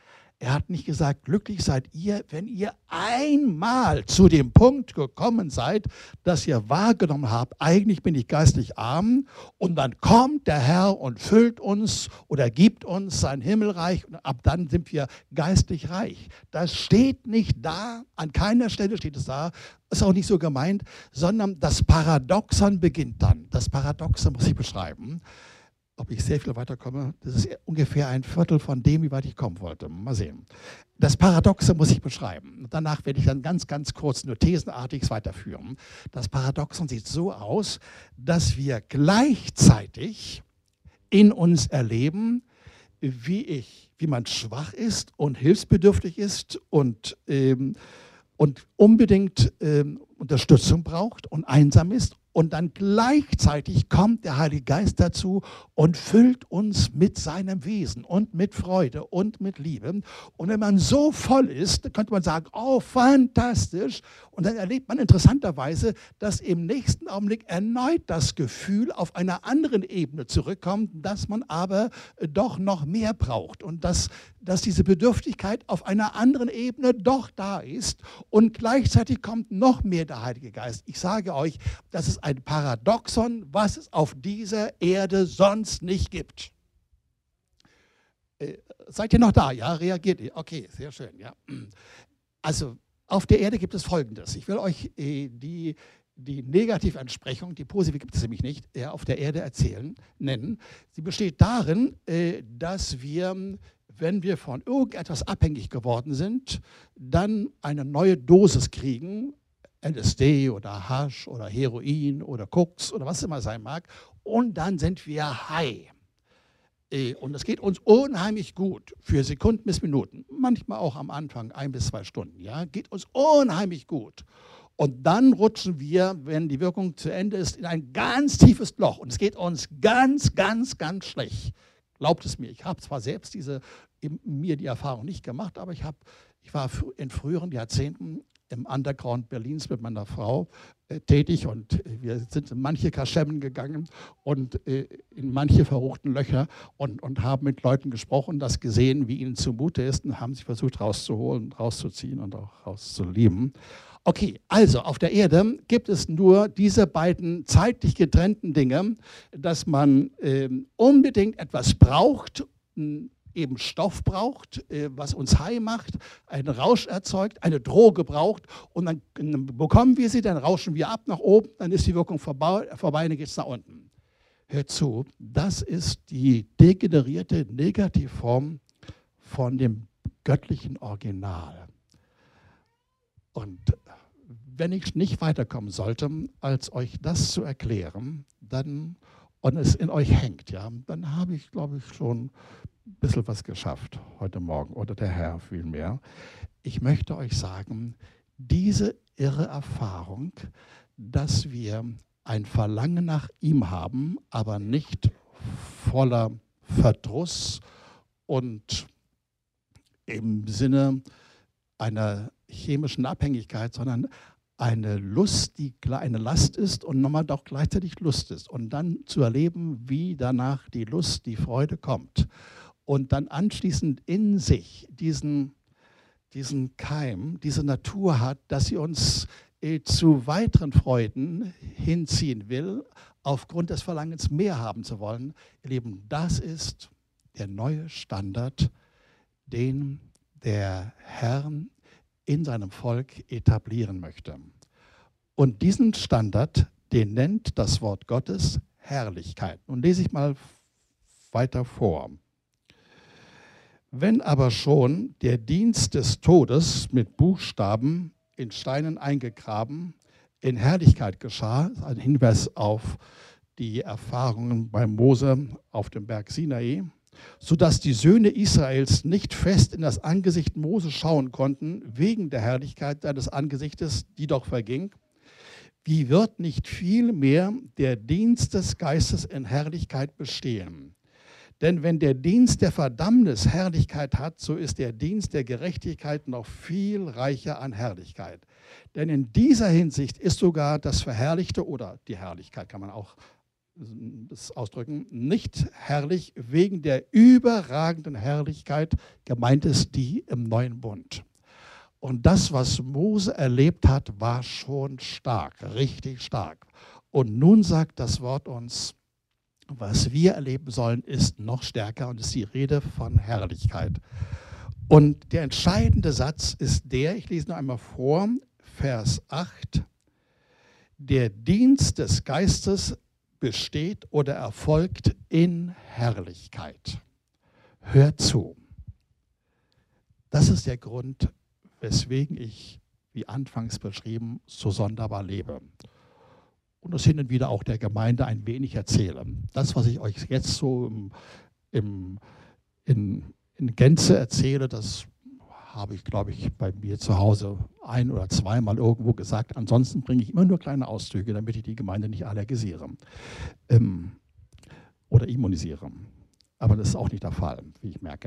Er hat nicht gesagt, glücklich seid ihr, wenn ihr einmal zu dem Punkt gekommen seid, dass ihr wahrgenommen habt, eigentlich bin ich geistlich arm und dann kommt der Herr und füllt uns oder gibt uns sein Himmelreich und ab dann sind wir geistlich reich. Das steht nicht da, an keiner Stelle steht es da, ist auch nicht so gemeint, sondern das Paradoxon beginnt dann. Das Paradoxon muss ich beschreiben. Ob ich sehr viel weiterkomme, das ist ungefähr ein Viertel von dem, wie weit ich kommen wollte. Mal sehen. Das Paradoxon muss ich beschreiben. Danach werde ich dann ganz, ganz kurz nur thesenartig weiterführen. Das Paradoxon sieht so aus, dass wir gleichzeitig in uns erleben, wie ich, wie man schwach ist und hilfsbedürftig ist und, ähm, und unbedingt ähm, Unterstützung braucht und einsam ist. Und dann gleichzeitig kommt der Heilige Geist dazu und füllt uns mit seinem Wesen und mit Freude und mit Liebe. Und wenn man so voll ist, dann könnte man sagen, oh, fantastisch. Und dann erlebt man interessanterweise, dass im nächsten Augenblick erneut das Gefühl auf einer anderen Ebene zurückkommt, dass man aber doch noch mehr braucht und dass, dass diese Bedürftigkeit auf einer anderen Ebene doch da ist. Und gleichzeitig kommt noch mehr der Heilige Geist. Ich sage euch, das ist ein Paradoxon, was es auf dieser Erde sonst nicht gibt. Äh, seid ihr noch da? Ja, reagiert ihr? Okay, sehr schön. Ja. Also auf der Erde gibt es Folgendes. Ich will euch äh, die, die Negativentsprechung, die positive gibt es nämlich nicht, äh, auf der Erde erzählen, nennen. Sie besteht darin, äh, dass wir, wenn wir von irgendetwas abhängig geworden sind, dann eine neue Dosis kriegen, L S D oder Hasch oder Heroin oder Koks oder was immer sein mag. Und dann sind wir high. Und es geht uns unheimlich gut für Sekunden bis Minuten. Manchmal auch am Anfang ein bis zwei Stunden. Ja, geht uns unheimlich gut. Und dann rutschen wir, wenn die Wirkung zu Ende ist, in ein ganz tiefes Loch. Und es geht uns ganz, ganz, ganz schlecht. Glaubt es mir. Ich habe zwar selbst diese, mir die Erfahrung nicht gemacht, aber ich, hab, ich war in früheren Jahrzehnten im Underground Berlins mit meiner Frau äh, tätig und wir sind in manche Kaschemmen gegangen und äh, in manche verruchten Löcher und, und haben mit Leuten gesprochen, das gesehen, wie ihnen zumute ist und haben sich versucht rauszuholen, rauszuziehen und auch rauszulieben. Okay, also auf der Erde gibt es nur diese beiden zeitlich getrennten Dinge, dass man äh, unbedingt etwas braucht, eben Stoff braucht, was uns high macht, einen Rausch erzeugt, eine Droge braucht und dann bekommen wir sie, dann rauschen wir ab nach oben, dann ist die Wirkung vorbei, vorbei dann geht es nach unten. Hört zu, das ist die degenerierte Negativform von dem göttlichen Original. Und wenn ich nicht weiterkommen sollte, als euch das zu erklären, dann, und es in euch hängt, ja, dann habe ich, glaube ich, schon ein bisschen was geschafft heute Morgen, oder der Herr vielmehr. Ich möchte euch sagen, diese irre Erfahrung, dass wir ein Verlangen nach ihm haben, aber nicht voller Verdruss und im Sinne einer chemischen Abhängigkeit, sondern eine Lust, die eine Last ist und nochmal doch gleichzeitig Lust ist. Und dann zu erleben, wie danach die Lust, die Freude kommt. Und dann anschließend in sich diesen, diesen Keim, diese Natur hat, dass sie uns äh, zu weiteren Freuden hinziehen will, aufgrund des Verlangens mehr haben zu wollen. Ihr Lieben, das ist der neue Standard, den der Herr in seinem Volk etablieren möchte. Und diesen Standard, den nennt das Wort Gottes Herrlichkeit. Nun lese ich mal weiter vor. Wenn aber schon der Dienst des Todes mit Buchstaben in Steinen eingegraben in Herrlichkeit geschah, das ist ein Hinweis auf die Erfahrungen bei Mose auf dem Berg Sinai, sodass die Söhne Israels nicht fest in das Angesicht Mose schauen konnten, wegen der Herrlichkeit seines Angesichtes, die doch verging, wie wird nicht vielmehr der Dienst des Geistes in Herrlichkeit bestehen? Denn wenn der Dienst der Verdammnis Herrlichkeit hat, so ist der Dienst der Gerechtigkeit noch viel reicher an Herrlichkeit. Denn in dieser Hinsicht ist sogar das Verherrlichte oder die Herrlichkeit, kann man auch das ausdrücken, nicht herrlich wegen der überragenden Herrlichkeit, gemeint ist die im neuen Bund. Und das, was Mose erlebt hat, war schon stark, richtig stark. Und nun sagt das Wort uns, was wir erleben sollen, ist noch stärker und ist die Rede von Herrlichkeit. Und der entscheidende Satz ist der, ich lese noch einmal vor, Vers acht, der Dienst des Geistes besteht oder erfolgt in Herrlichkeit. Hört zu. Das ist der Grund, weswegen ich, wie anfangs beschrieben, so sonderbar lebe. Und das hin und wieder auch der Gemeinde ein wenig erzähle. Das, was ich euch jetzt so im, im, in, in Gänze erzähle, das habe ich, glaube ich, bei mir zu Hause ein- oder zweimal irgendwo gesagt. Ansonsten bringe ich immer nur kleine Auszüge, damit ich die Gemeinde nicht allergisiere ähm, oder immunisiere. Aber das ist auch nicht der Fall, wie ich merke.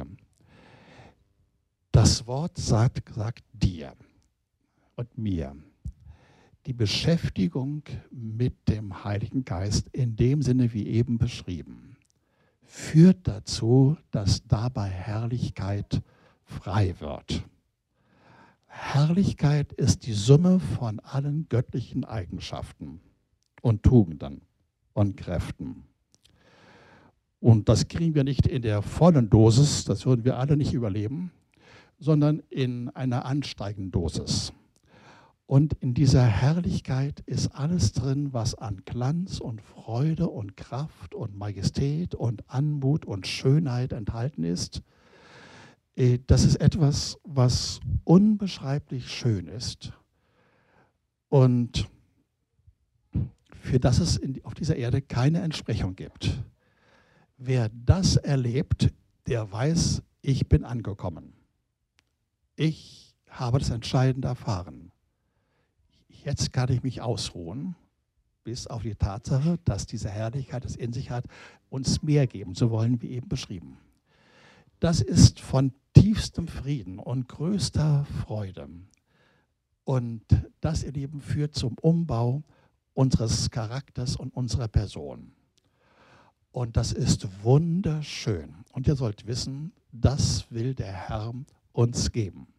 Das Wort sagt, sagt dir und mir, die Beschäftigung mit dem Heiligen Geist in dem Sinne wie eben beschrieben, führt dazu, dass dabei Herrlichkeit frei wird. Herrlichkeit ist die Summe von allen göttlichen Eigenschaften und Tugenden und Kräften. Und das kriegen wir nicht in der vollen Dosis, das würden wir alle nicht überleben, sondern in einer ansteigenden Dosis. Und in dieser Herrlichkeit ist alles drin, was an Glanz und Freude und Kraft und Majestät und Anmut und Schönheit enthalten ist. Das ist etwas, was unbeschreiblich schön ist und für das es in, auf dieser Erde keine Entsprechung gibt. Wer das erlebt, der weiß, ich bin angekommen. Ich habe das Entscheidende erfahren. Jetzt kann ich mich ausruhen, bis auf die Tatsache, dass diese Herrlichkeit es in sich hat, uns mehr geben zu wollen, wie eben beschrieben. Das ist von tiefstem Frieden und größter Freude. Und das, ihr Lieben, führt zum Umbau unseres Charakters und unserer Person. Und das ist wunderschön. Und ihr sollt wissen, das will der Herr uns geben.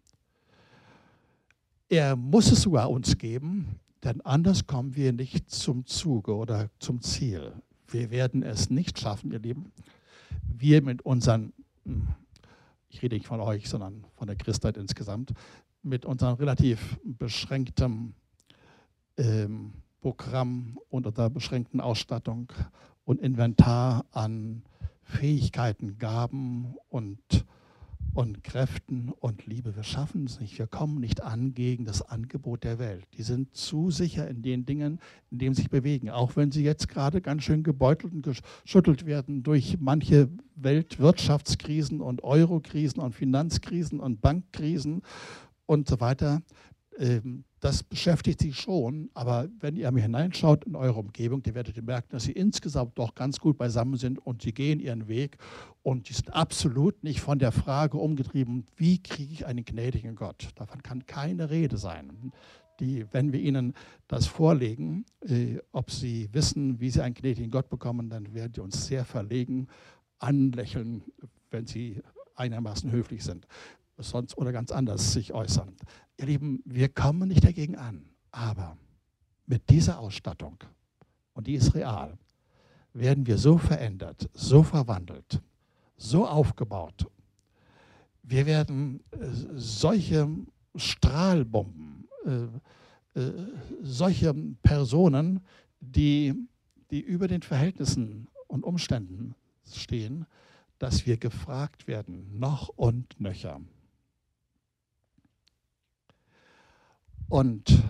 Er muss es sogar uns geben, denn anders kommen wir nicht zum Zuge oder zum Ziel. Wir werden es nicht schaffen, ihr Lieben. Wir mit unseren, ich rede nicht von euch, sondern von der Christheit insgesamt, mit unserem relativ beschränkten ähm, Programm und unserer beschränkten Ausstattung und Inventar an Fähigkeiten, Gaben und und Kräften und Liebe. Wir schaffen es nicht. Wir kommen nicht an gegen das Angebot der Welt. Die sind zu sicher in den Dingen, in denen sie sich bewegen. Auch wenn sie jetzt gerade ganz schön gebeutelt und geschüttelt werden durch manche Weltwirtschaftskrisen und Eurokrisen und Finanzkrisen und Bankkrisen und so weiter. Das beschäftigt sie schon, aber wenn ihr mal hineinschaut in eure Umgebung, dann werdet ihr merken, dass sie insgesamt doch ganz gut beisammen sind und sie gehen ihren Weg und die sind absolut nicht von der Frage umgetrieben, wie kriege ich einen gnädigen Gott? Davon kann keine Rede sein. Die, wenn wir ihnen das vorlegen, äh, ob sie wissen, wie sie einen gnädigen Gott bekommen, dann werden die uns sehr verlegen anlächeln, wenn sie einigermaßen höflich sind. Sonst oder ganz anders sich äußern. Ihr Lieben, wir kommen nicht dagegen an, aber mit dieser Ausstattung, und die ist real, werden wir so verändert, so verwandelt, so aufgebaut. Wir werden äh, solche Strahlbomben, äh, äh, solche Personen, die, die über den Verhältnissen und Umständen stehen, dass wir gefragt werden, noch und nöcher. Und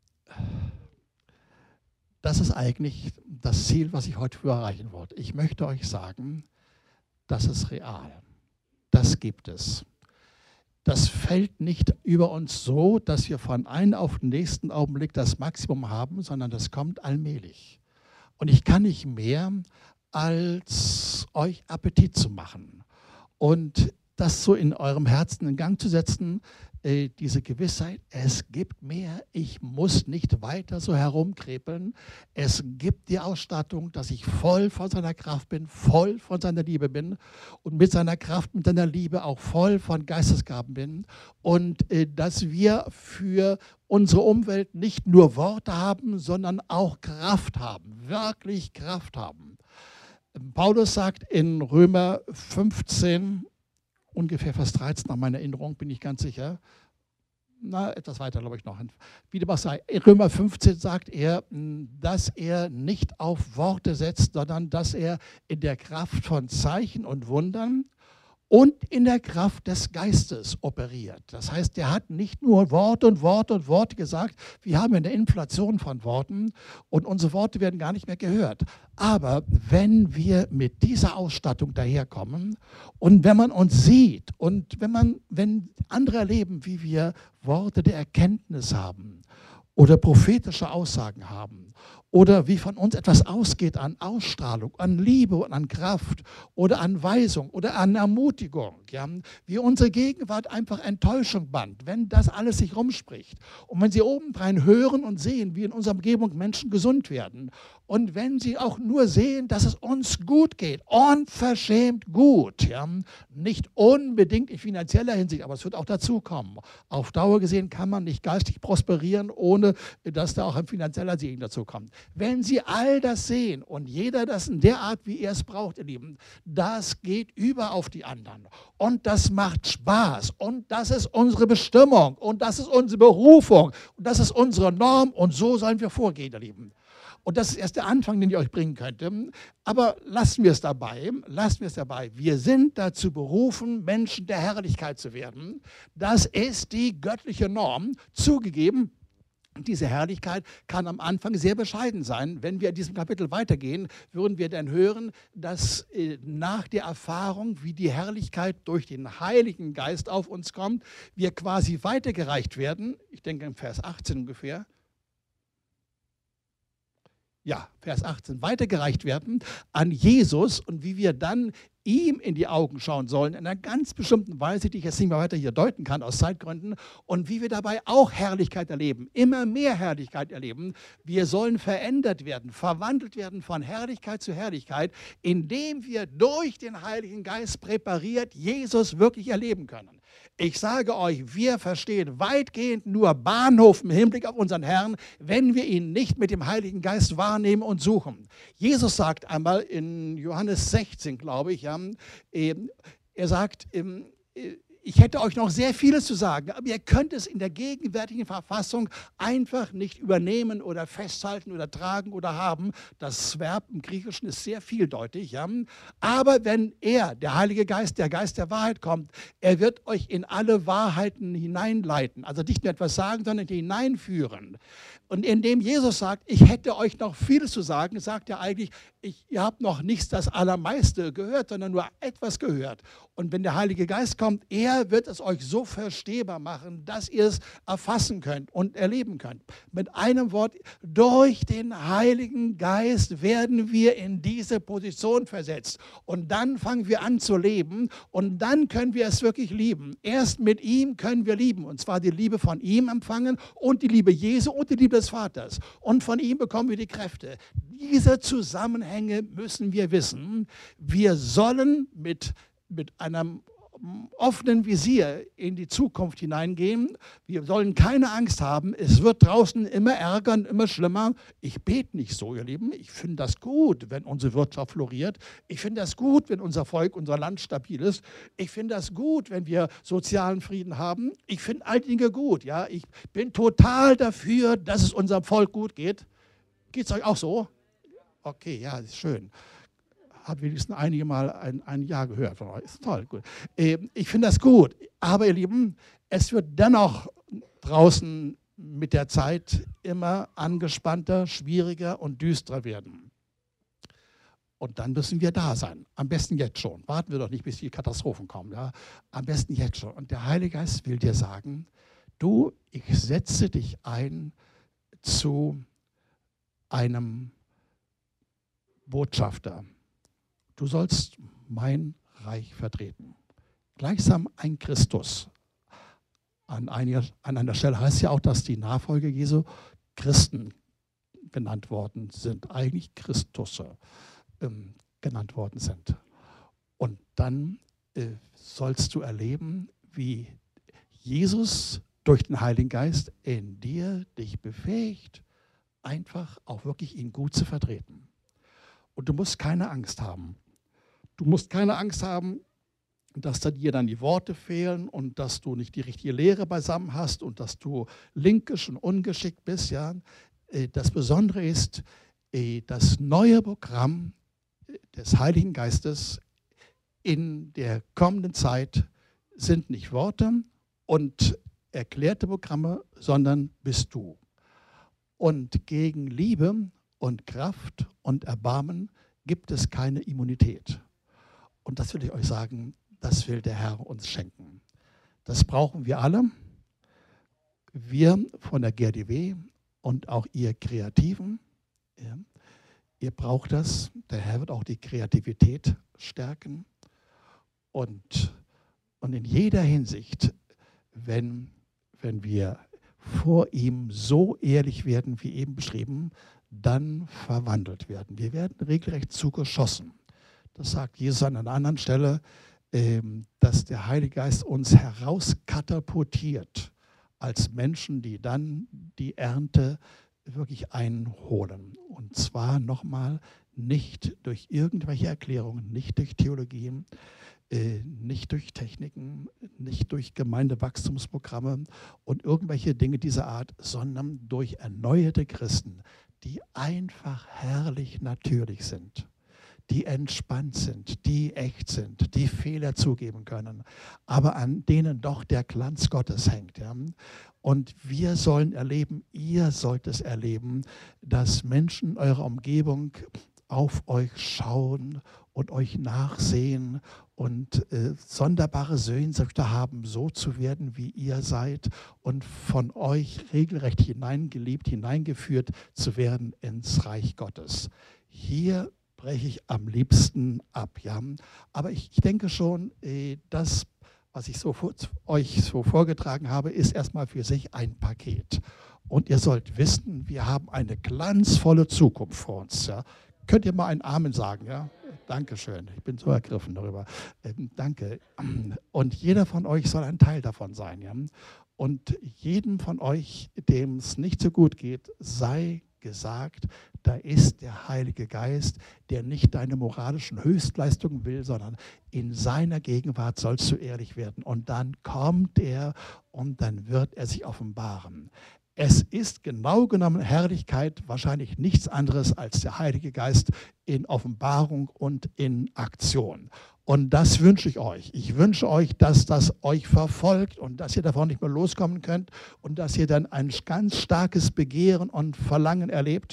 das ist eigentlich das Ziel, was ich heute für erreichen wollte. Ich möchte euch sagen, das ist real. Das gibt es. Das fällt nicht über uns so, dass wir von einem auf den nächsten Augenblick das Maximum haben, sondern das kommt allmählich. Und ich kann nicht mehr, als euch Appetit zu machen und das so in eurem Herzen in Gang zu setzen, äh, diese Gewissheit, es gibt mehr, ich muss nicht weiter so herumkrepeln. Es gibt die Ausstattung, dass ich voll von seiner Kraft bin, voll von seiner Liebe bin und mit seiner Kraft, mit seiner Liebe auch voll von Geistesgaben bin und äh, dass wir für unsere Umwelt nicht nur Worte haben, sondern auch Kraft haben, wirklich Kraft haben. Paulus sagt in Römer fünfzehn, ungefähr Vers dreizehn nach meiner Erinnerung, bin ich ganz sicher, na, etwas weiter glaube ich noch, wie dem auch sei, Römer fünfzehn sagt er, dass er nicht auf Worte setzt, sondern dass er in der Kraft von Zeichen und Wundern und in der Kraft des Geistes operiert. Das heißt, er hat nicht nur Worte und Worte und Worte gesagt. Wir haben eine Inflation von Worten und unsere Worte werden gar nicht mehr gehört. Aber wenn wir mit dieser Ausstattung daherkommen und wenn man uns sieht und wenn, man, wenn andere erleben, wie wir Worte der Erkenntnis haben oder prophetische Aussagen haben oder wie von uns etwas ausgeht an Ausstrahlung, an Liebe und an Kraft oder an Weisung oder an Ermutigung, ja, wie unsere Gegenwart einfach Enttäuschung bannt, wenn das alles sich rumspricht und wenn Sie obendrein hören und sehen, wie in unserer Umgebung Menschen gesund werden und wenn Sie auch nur sehen, dass es uns gut geht, unverschämt gut, ja, nicht unbedingt in finanzieller Hinsicht, aber es wird auch dazu kommen. Auf Dauer gesehen kann man nicht geistig prosperieren, ohne dass da auch ein finanzieller Segen dazu kommt. Wenn Sie all das sehen und jeder das in der Art, wie er es braucht, ihr Lieben, das geht über auf die anderen. Und das macht Spaß. Und das ist unsere Bestimmung. Und das ist unsere Berufung. Und das ist unsere Norm. Und so sollen wir vorgehen, ihr Lieben. Und das ist erst der Anfang, den ich euch bringen könnte. Aber lassen wir es dabei. Lassen wir es dabei. Wir sind dazu berufen, Menschen der Herrlichkeit zu werden. Das ist die göttliche Norm. Zugegeben, diese Herrlichkeit kann am Anfang sehr bescheiden sein. Wenn wir in diesem Kapitel weitergehen, würden wir dann hören, dass äh, nach der Erfahrung, wie die Herrlichkeit durch den Heiligen Geist auf uns kommt, wir quasi weitergereicht werden. Ich denke im Vers achtzehn ungefähr. Ja, Vers achtzehn, weitergereicht werden an Jesus und wie wir dann ihm in die Augen schauen sollen, in einer ganz bestimmten Weise, die ich jetzt nicht mehr weiter hier deuten kann aus Zeitgründen, und wie wir dabei auch Herrlichkeit erleben, immer mehr Herrlichkeit erleben. Wir sollen verändert werden, verwandelt werden von Herrlichkeit zu Herrlichkeit, indem wir durch den Heiligen Geist präpariert Jesus wirklich erleben können. Ich sage euch, wir verstehen weitgehend nur Bahnhof im Hinblick auf unseren Herrn, wenn wir ihn nicht mit dem Heiligen Geist wahrnehmen und suchen. Jesus sagt einmal in Johannes sechzehn, glaube ich, ja, er sagt, ich hätte euch noch sehr vieles zu sagen, aber ihr könnt es in der gegenwärtigen Verfassung einfach nicht übernehmen oder festhalten oder tragen oder haben. Das Verb im Griechischen ist sehr vieldeutig. Ja? Aber wenn er, der Heilige Geist, der Geist der Wahrheit kommt, er wird euch in alle Wahrheiten hineinleiten. Also nicht nur etwas sagen, sondern hineinführen. Und indem Jesus sagt, ich hätte euch noch vieles zu sagen, sagt er eigentlich, ich, ihr habt noch nichts das Allermeiste gehört, sondern nur etwas gehört. Und wenn der Heilige Geist kommt, er wird es euch so verstehbar machen, dass ihr es erfassen könnt und erleben könnt. Mit einem Wort, durch den Heiligen Geist werden wir in diese Position versetzt. Und dann fangen wir an zu leben und dann können wir es wirklich lieben. Erst mit ihm können wir lieben. Und zwar die Liebe von ihm empfangen und die Liebe Jesu und die Liebe des Vaters. Und von ihm bekommen wir die Kräfte. Diese Zusammenhänge müssen wir wissen. Wir sollen mit, mit einem offenen Visier in die Zukunft hineingehen. Wir sollen keine Angst haben. Es wird draußen immer ärger und immer schlimmer. Ich bete nicht so, ihr Lieben. Ich finde das gut, wenn unsere Wirtschaft floriert. Ich finde das gut, wenn unser Volk, unser Land stabil ist. Ich finde das gut, wenn wir sozialen Frieden haben. Ich finde all Dinge gut. Ja? Ich bin total dafür, dass es unserem Volk gut geht. Geht es euch auch so? Okay, ja, das ist schön. Hat wenigstens einige Mal ein, ein Jahr gehört von euch. Ist toll, gut. Ich finde das gut. Aber ihr Lieben, es wird dennoch draußen mit der Zeit immer angespannter, schwieriger und düsterer werden. Und dann müssen wir da sein. Am besten jetzt schon. Warten wir doch nicht, bis die Katastrophen kommen. Ja? Am besten jetzt schon. Und der Heilige Geist will dir sagen, du, ich setze dich ein zu einem Botschafter. Du sollst mein Reich vertreten. Gleichsam ein Christus, An, einiger, an einer Stelle heißt es ja auch, dass die Nachfolger Jesu Christen genannt worden sind, eigentlich Christusse ähm, genannt worden sind. Und dann äh, sollst du erleben, wie Jesus durch den Heiligen Geist in dir dich befähigt, einfach auch wirklich ihn gut zu vertreten. Und du musst keine Angst haben. Du musst keine Angst haben, dass da dir dann die Worte fehlen und dass du nicht die richtige Lehre beisammen hast und dass du linkisch und ungeschickt bist. Ja. Das Besondere ist, das neue Programm des Heiligen Geistes in der kommenden Zeit sind nicht Worte und erklärte Programme, sondern bist du. Und gegen Liebe und Kraft und Erbarmen gibt es keine Immunität. Und das will ich euch sagen, das will der Herr uns schenken. Das brauchen wir alle. Wir von der G R D W und auch ihr Kreativen. Ja, ihr braucht das. Der Herr wird auch die Kreativität stärken. Und, und in jeder Hinsicht, wenn, wenn wir vor ihm so ehrlich werden, wie eben beschrieben, dann verwandelt werden. Wir werden regelrecht zugeschossen. Das sagt Jesus an einer anderen Stelle, dass der Heilige Geist uns herauskatapultiert als Menschen, die dann die Ernte wirklich einholen. Und zwar nochmal nicht durch irgendwelche Erklärungen, nicht durch Theologien, nicht durch Techniken, nicht durch Gemeindewachstumsprogramme und irgendwelche Dinge dieser Art, sondern durch erneuerte Christen, die einfach herrlich natürlich sind, die entspannt sind, die echt sind, die Fehler zugeben können, aber an denen doch der Glanz Gottes hängt. Ja? Und wir sollen erleben, ihr sollt es erleben, dass Menschen in eurer Umgebung auf euch schauen und euch nachsehen und äh, sonderbare Sehnsüchte haben, so zu werden, wie ihr seid und von euch regelrecht hineingeliebt, hineingeführt zu werden ins Reich Gottes. Hier breche ich am liebsten ab. Ja? Aber ich, ich denke schon, äh, das, was ich so vor, euch so vorgetragen habe, ist erstmal für sich ein Paket. Und ihr sollt wissen, wir haben eine glanzvolle Zukunft vor uns. Ja? Könnt ihr mal einen Amen sagen? Ja? Dankeschön, ich bin so ergriffen darüber. Ähm, danke. Und jeder von euch soll ein Teil davon sein. Ja? Und jedem von euch, dem es nicht so gut geht, sei gesagt, da ist der Heilige Geist, der nicht deine moralischen Höchstleistungen will, sondern in seiner Gegenwart sollst du ehrlich werden. Und dann kommt er und dann wird er sich offenbaren. Es ist genau genommen Herrlichkeit wahrscheinlich nichts anderes als der Heilige Geist in Offenbarung und in Aktion. Und das wünsche ich euch. Ich wünsche euch, dass das euch verfolgt und dass ihr davon nicht mehr loskommen könnt und dass ihr dann ein ganz starkes Begehren und Verlangen erlebt.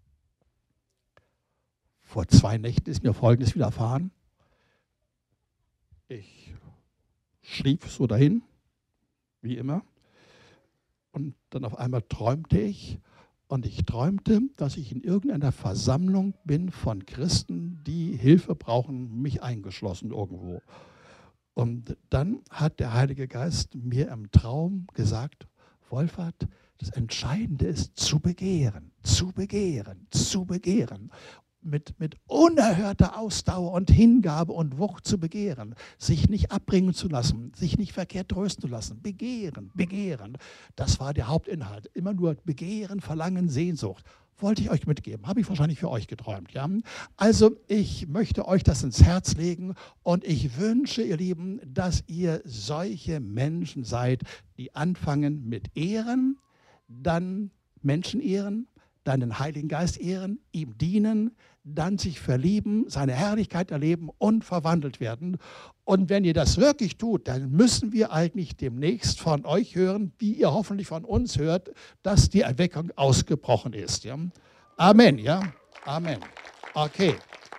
Vor zwei Nächten ist mir Folgendes widerfahren. Ich schlief so dahin, wie immer. Und dann auf einmal träumte ich und ich träumte, dass ich in irgendeiner Versammlung bin von Christen, die Hilfe brauchen, mich eingeschlossen irgendwo. Und dann hat der Heilige Geist mir im Traum gesagt, Wolfhard, das Entscheidende ist zu begehren, zu begehren, zu begehren. Mit, mit unerhörter Ausdauer und Hingabe und Wucht zu begehren, sich nicht abbringen zu lassen, sich nicht verkehrt trösten zu lassen, begehren, begehren, das war der Hauptinhalt. Immer nur Begehren, Verlangen, Sehnsucht. Wollte ich euch mitgeben, habe ich wahrscheinlich für euch geträumt. Ja? Also ich möchte euch das ins Herz legen und ich wünsche, ihr Lieben, dass ihr solche Menschen seid, die anfangen mit Ehren, dann Menschen ehren, dann den Heiligen Geist ehren, ihm dienen, dann sich verlieben, seine Herrlichkeit erleben und verwandelt werden. Und wenn ihr das wirklich tut, dann müssen wir eigentlich demnächst von euch hören, wie ihr hoffentlich von uns hört, dass die Erweckung ausgebrochen ist. Ja? Amen, ja? Amen. Okay.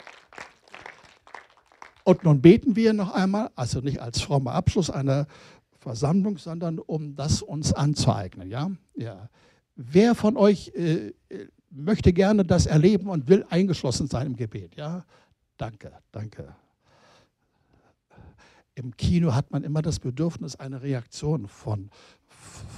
Und nun beten wir noch einmal, also nicht als frommer Abschluss einer Versammlung, sondern um das uns anzueignen. Ja? Ja. Wer von euch äh, möchte gerne das erleben und will eingeschlossen sein im Gebet? Ja, danke, danke. Im Kino hat man immer das Bedürfnis, eine Reaktion von,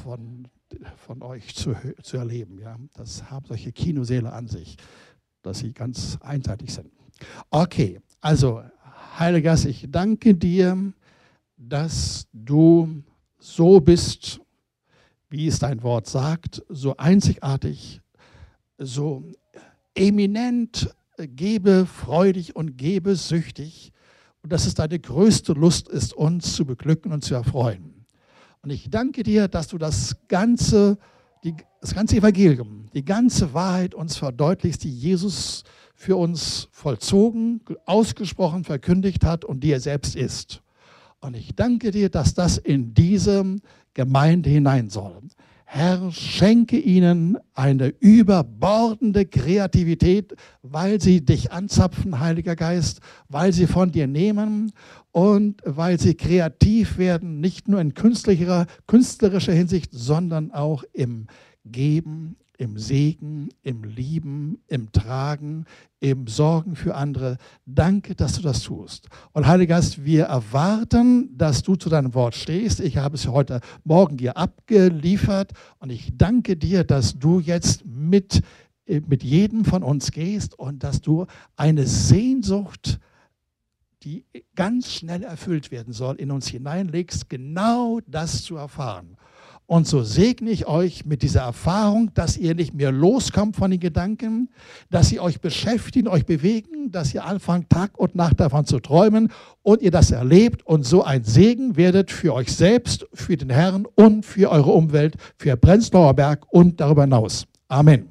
von, von euch zu, zu erleben. Ja? Das haben solche Kinosäle an sich, dass sie ganz einseitig sind. Okay, also Heiliger Geist, ich danke dir, dass du so bist, wie es dein Wort sagt, so einzigartig, so eminent, gebefreudig und gebesüchtig, und dass es deine größte Lust ist, uns zu beglücken und zu erfreuen. Und ich danke dir, dass du das ganze, die, das ganze Evangelium, die ganze Wahrheit uns verdeutlichst, die Jesus für uns vollzogen, ausgesprochen, verkündigt hat und die er selbst ist. Und ich danke dir, dass das in diese Gemeinde hinein soll. Herr, schenke ihnen eine überbordende Kreativität, weil sie dich anzapfen, Heiliger Geist, weil sie von dir nehmen und weil sie kreativ werden, nicht nur in künstlicher, künstlerischer Hinsicht, sondern auch im Geben, im Segen, im Lieben, im Tragen, im Sorgen für andere. Danke, dass du das tust. Und Heiliger Geist, wir erwarten, dass du zu deinem Wort stehst. Ich habe es heute Morgen dir abgeliefert und ich danke dir, dass du jetzt mit, mit jedem von uns gehst und dass du eine Sehnsucht, die ganz schnell erfüllt werden soll, in uns hineinlegst, genau das zu erfahren. Und so segne ich euch mit dieser Erfahrung, dass ihr nicht mehr loskommt von den Gedanken, dass sie euch beschäftigen, euch bewegen, dass ihr anfangt, Tag und Nacht davon zu träumen und ihr das erlebt und so ein Segen werdet für euch selbst, für den Herrn und für eure Umwelt, für Prenzlauer Berg und darüber hinaus. Amen.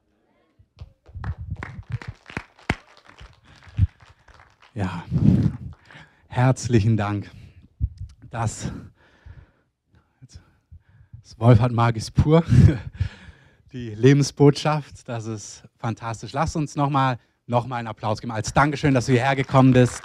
Ja, herzlichen Dank. Das Wolfhard Magis pur, die Lebensbotschaft, das ist fantastisch. Lasst uns nochmal noch mal einen Applaus geben, als Dankeschön, dass du hierher gekommen bist.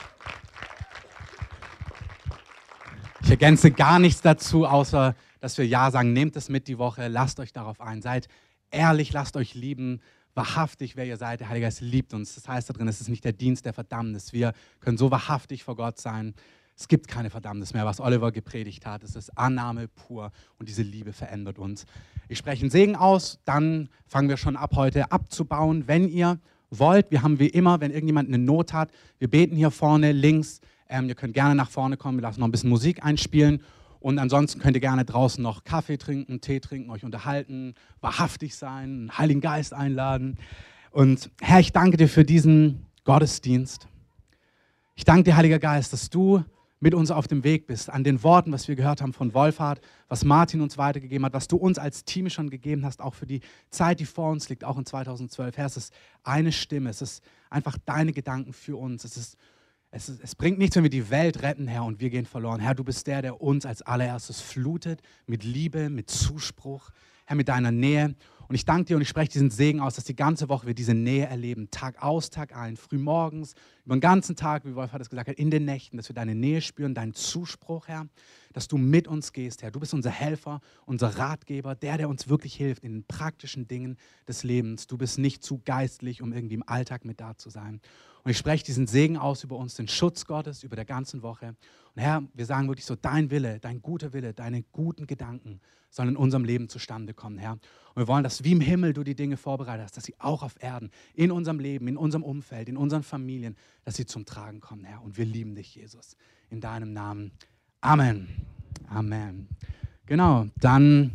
Ich ergänze gar nichts dazu, außer dass wir Ja sagen, nehmt es mit die Woche, lasst euch darauf ein, seid ehrlich, lasst euch lieben, wahrhaftig, wer ihr seid, der Heilige Geist liebt uns. Das heißt da drin, es ist nicht der Dienst der Verdammnis, wir können so wahrhaftig vor Gott sein. Es gibt keine Verdammnis mehr, was Oliver gepredigt hat. Es ist Annahme pur und diese Liebe verändert uns. Ich spreche einen Segen aus, dann fangen wir schon ab heute abzubauen. Wenn ihr wollt, wir haben wie immer, wenn irgendjemand eine Not hat, wir beten hier vorne links. Ähm, ihr könnt gerne nach vorne kommen, wir lassen noch ein bisschen Musik einspielen. Und ansonsten könnt ihr gerne draußen noch Kaffee trinken, Tee trinken, euch unterhalten, wahrhaftig sein, einen Heiligen Geist einladen. Und Herr, ich danke dir für diesen Gottesdienst. Ich danke dir, Heiliger Geist, dass du mit uns auf dem Weg bist, an den Worten, was wir gehört haben von Wolfhard, was Martin uns weitergegeben hat, was du uns als Team schon gegeben hast, auch für die Zeit, die vor uns liegt, auch in zweitausendzwölf. Herr, es ist eine Stimme, es ist einfach deine Gedanken für uns. Es, ist, es, ist, es bringt nichts, wenn wir die Welt retten, Herr, und wir gehen verloren. Herr, du bist der, der uns als allererstes flutet mit Liebe, mit Zuspruch, Herr, mit deiner Nähe. Und ich danke dir und ich spreche diesen Segen aus, dass die ganze Woche wir diese Nähe erleben, Tag aus, Tag ein, frühmorgens, über den ganzen Tag, wie Wolfhard es gesagt hat, in den Nächten, dass wir deine Nähe spüren, deinen Zuspruch, Herr, dass du mit uns gehst, Herr. Du bist unser Helfer, unser Ratgeber, der, der uns wirklich hilft in den praktischen Dingen des Lebens. Du bist nicht zu geistlich, um irgendwie im Alltag mit da zu sein. Und ich spreche diesen Segen aus über uns, den Schutz Gottes über der ganzen Woche. Und Herr, wir sagen wirklich so, dein Wille, dein guter Wille, deine guten Gedanken sollen in unserem Leben zustande kommen, Herr. Und wir wollen, dass wie im Himmel du die Dinge vorbereitet hast, dass sie auch auf Erden, in unserem Leben, in unserem Umfeld, in unseren Familien, dass sie zum Tragen kommen, Herr. Und wir lieben dich, Jesus. In deinem Namen. Amen. Amen. Genau, dann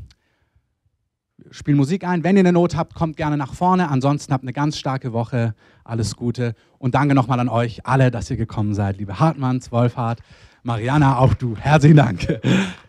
spiel Musik ein. Wenn ihr eine Not habt, kommt gerne nach vorne. Ansonsten habt eine ganz starke Woche. Alles Gute. Und danke nochmal an euch alle, dass ihr gekommen seid. Liebe Hartmanns, Wolfhard, Mariana, auch du. Herzlichen Dank.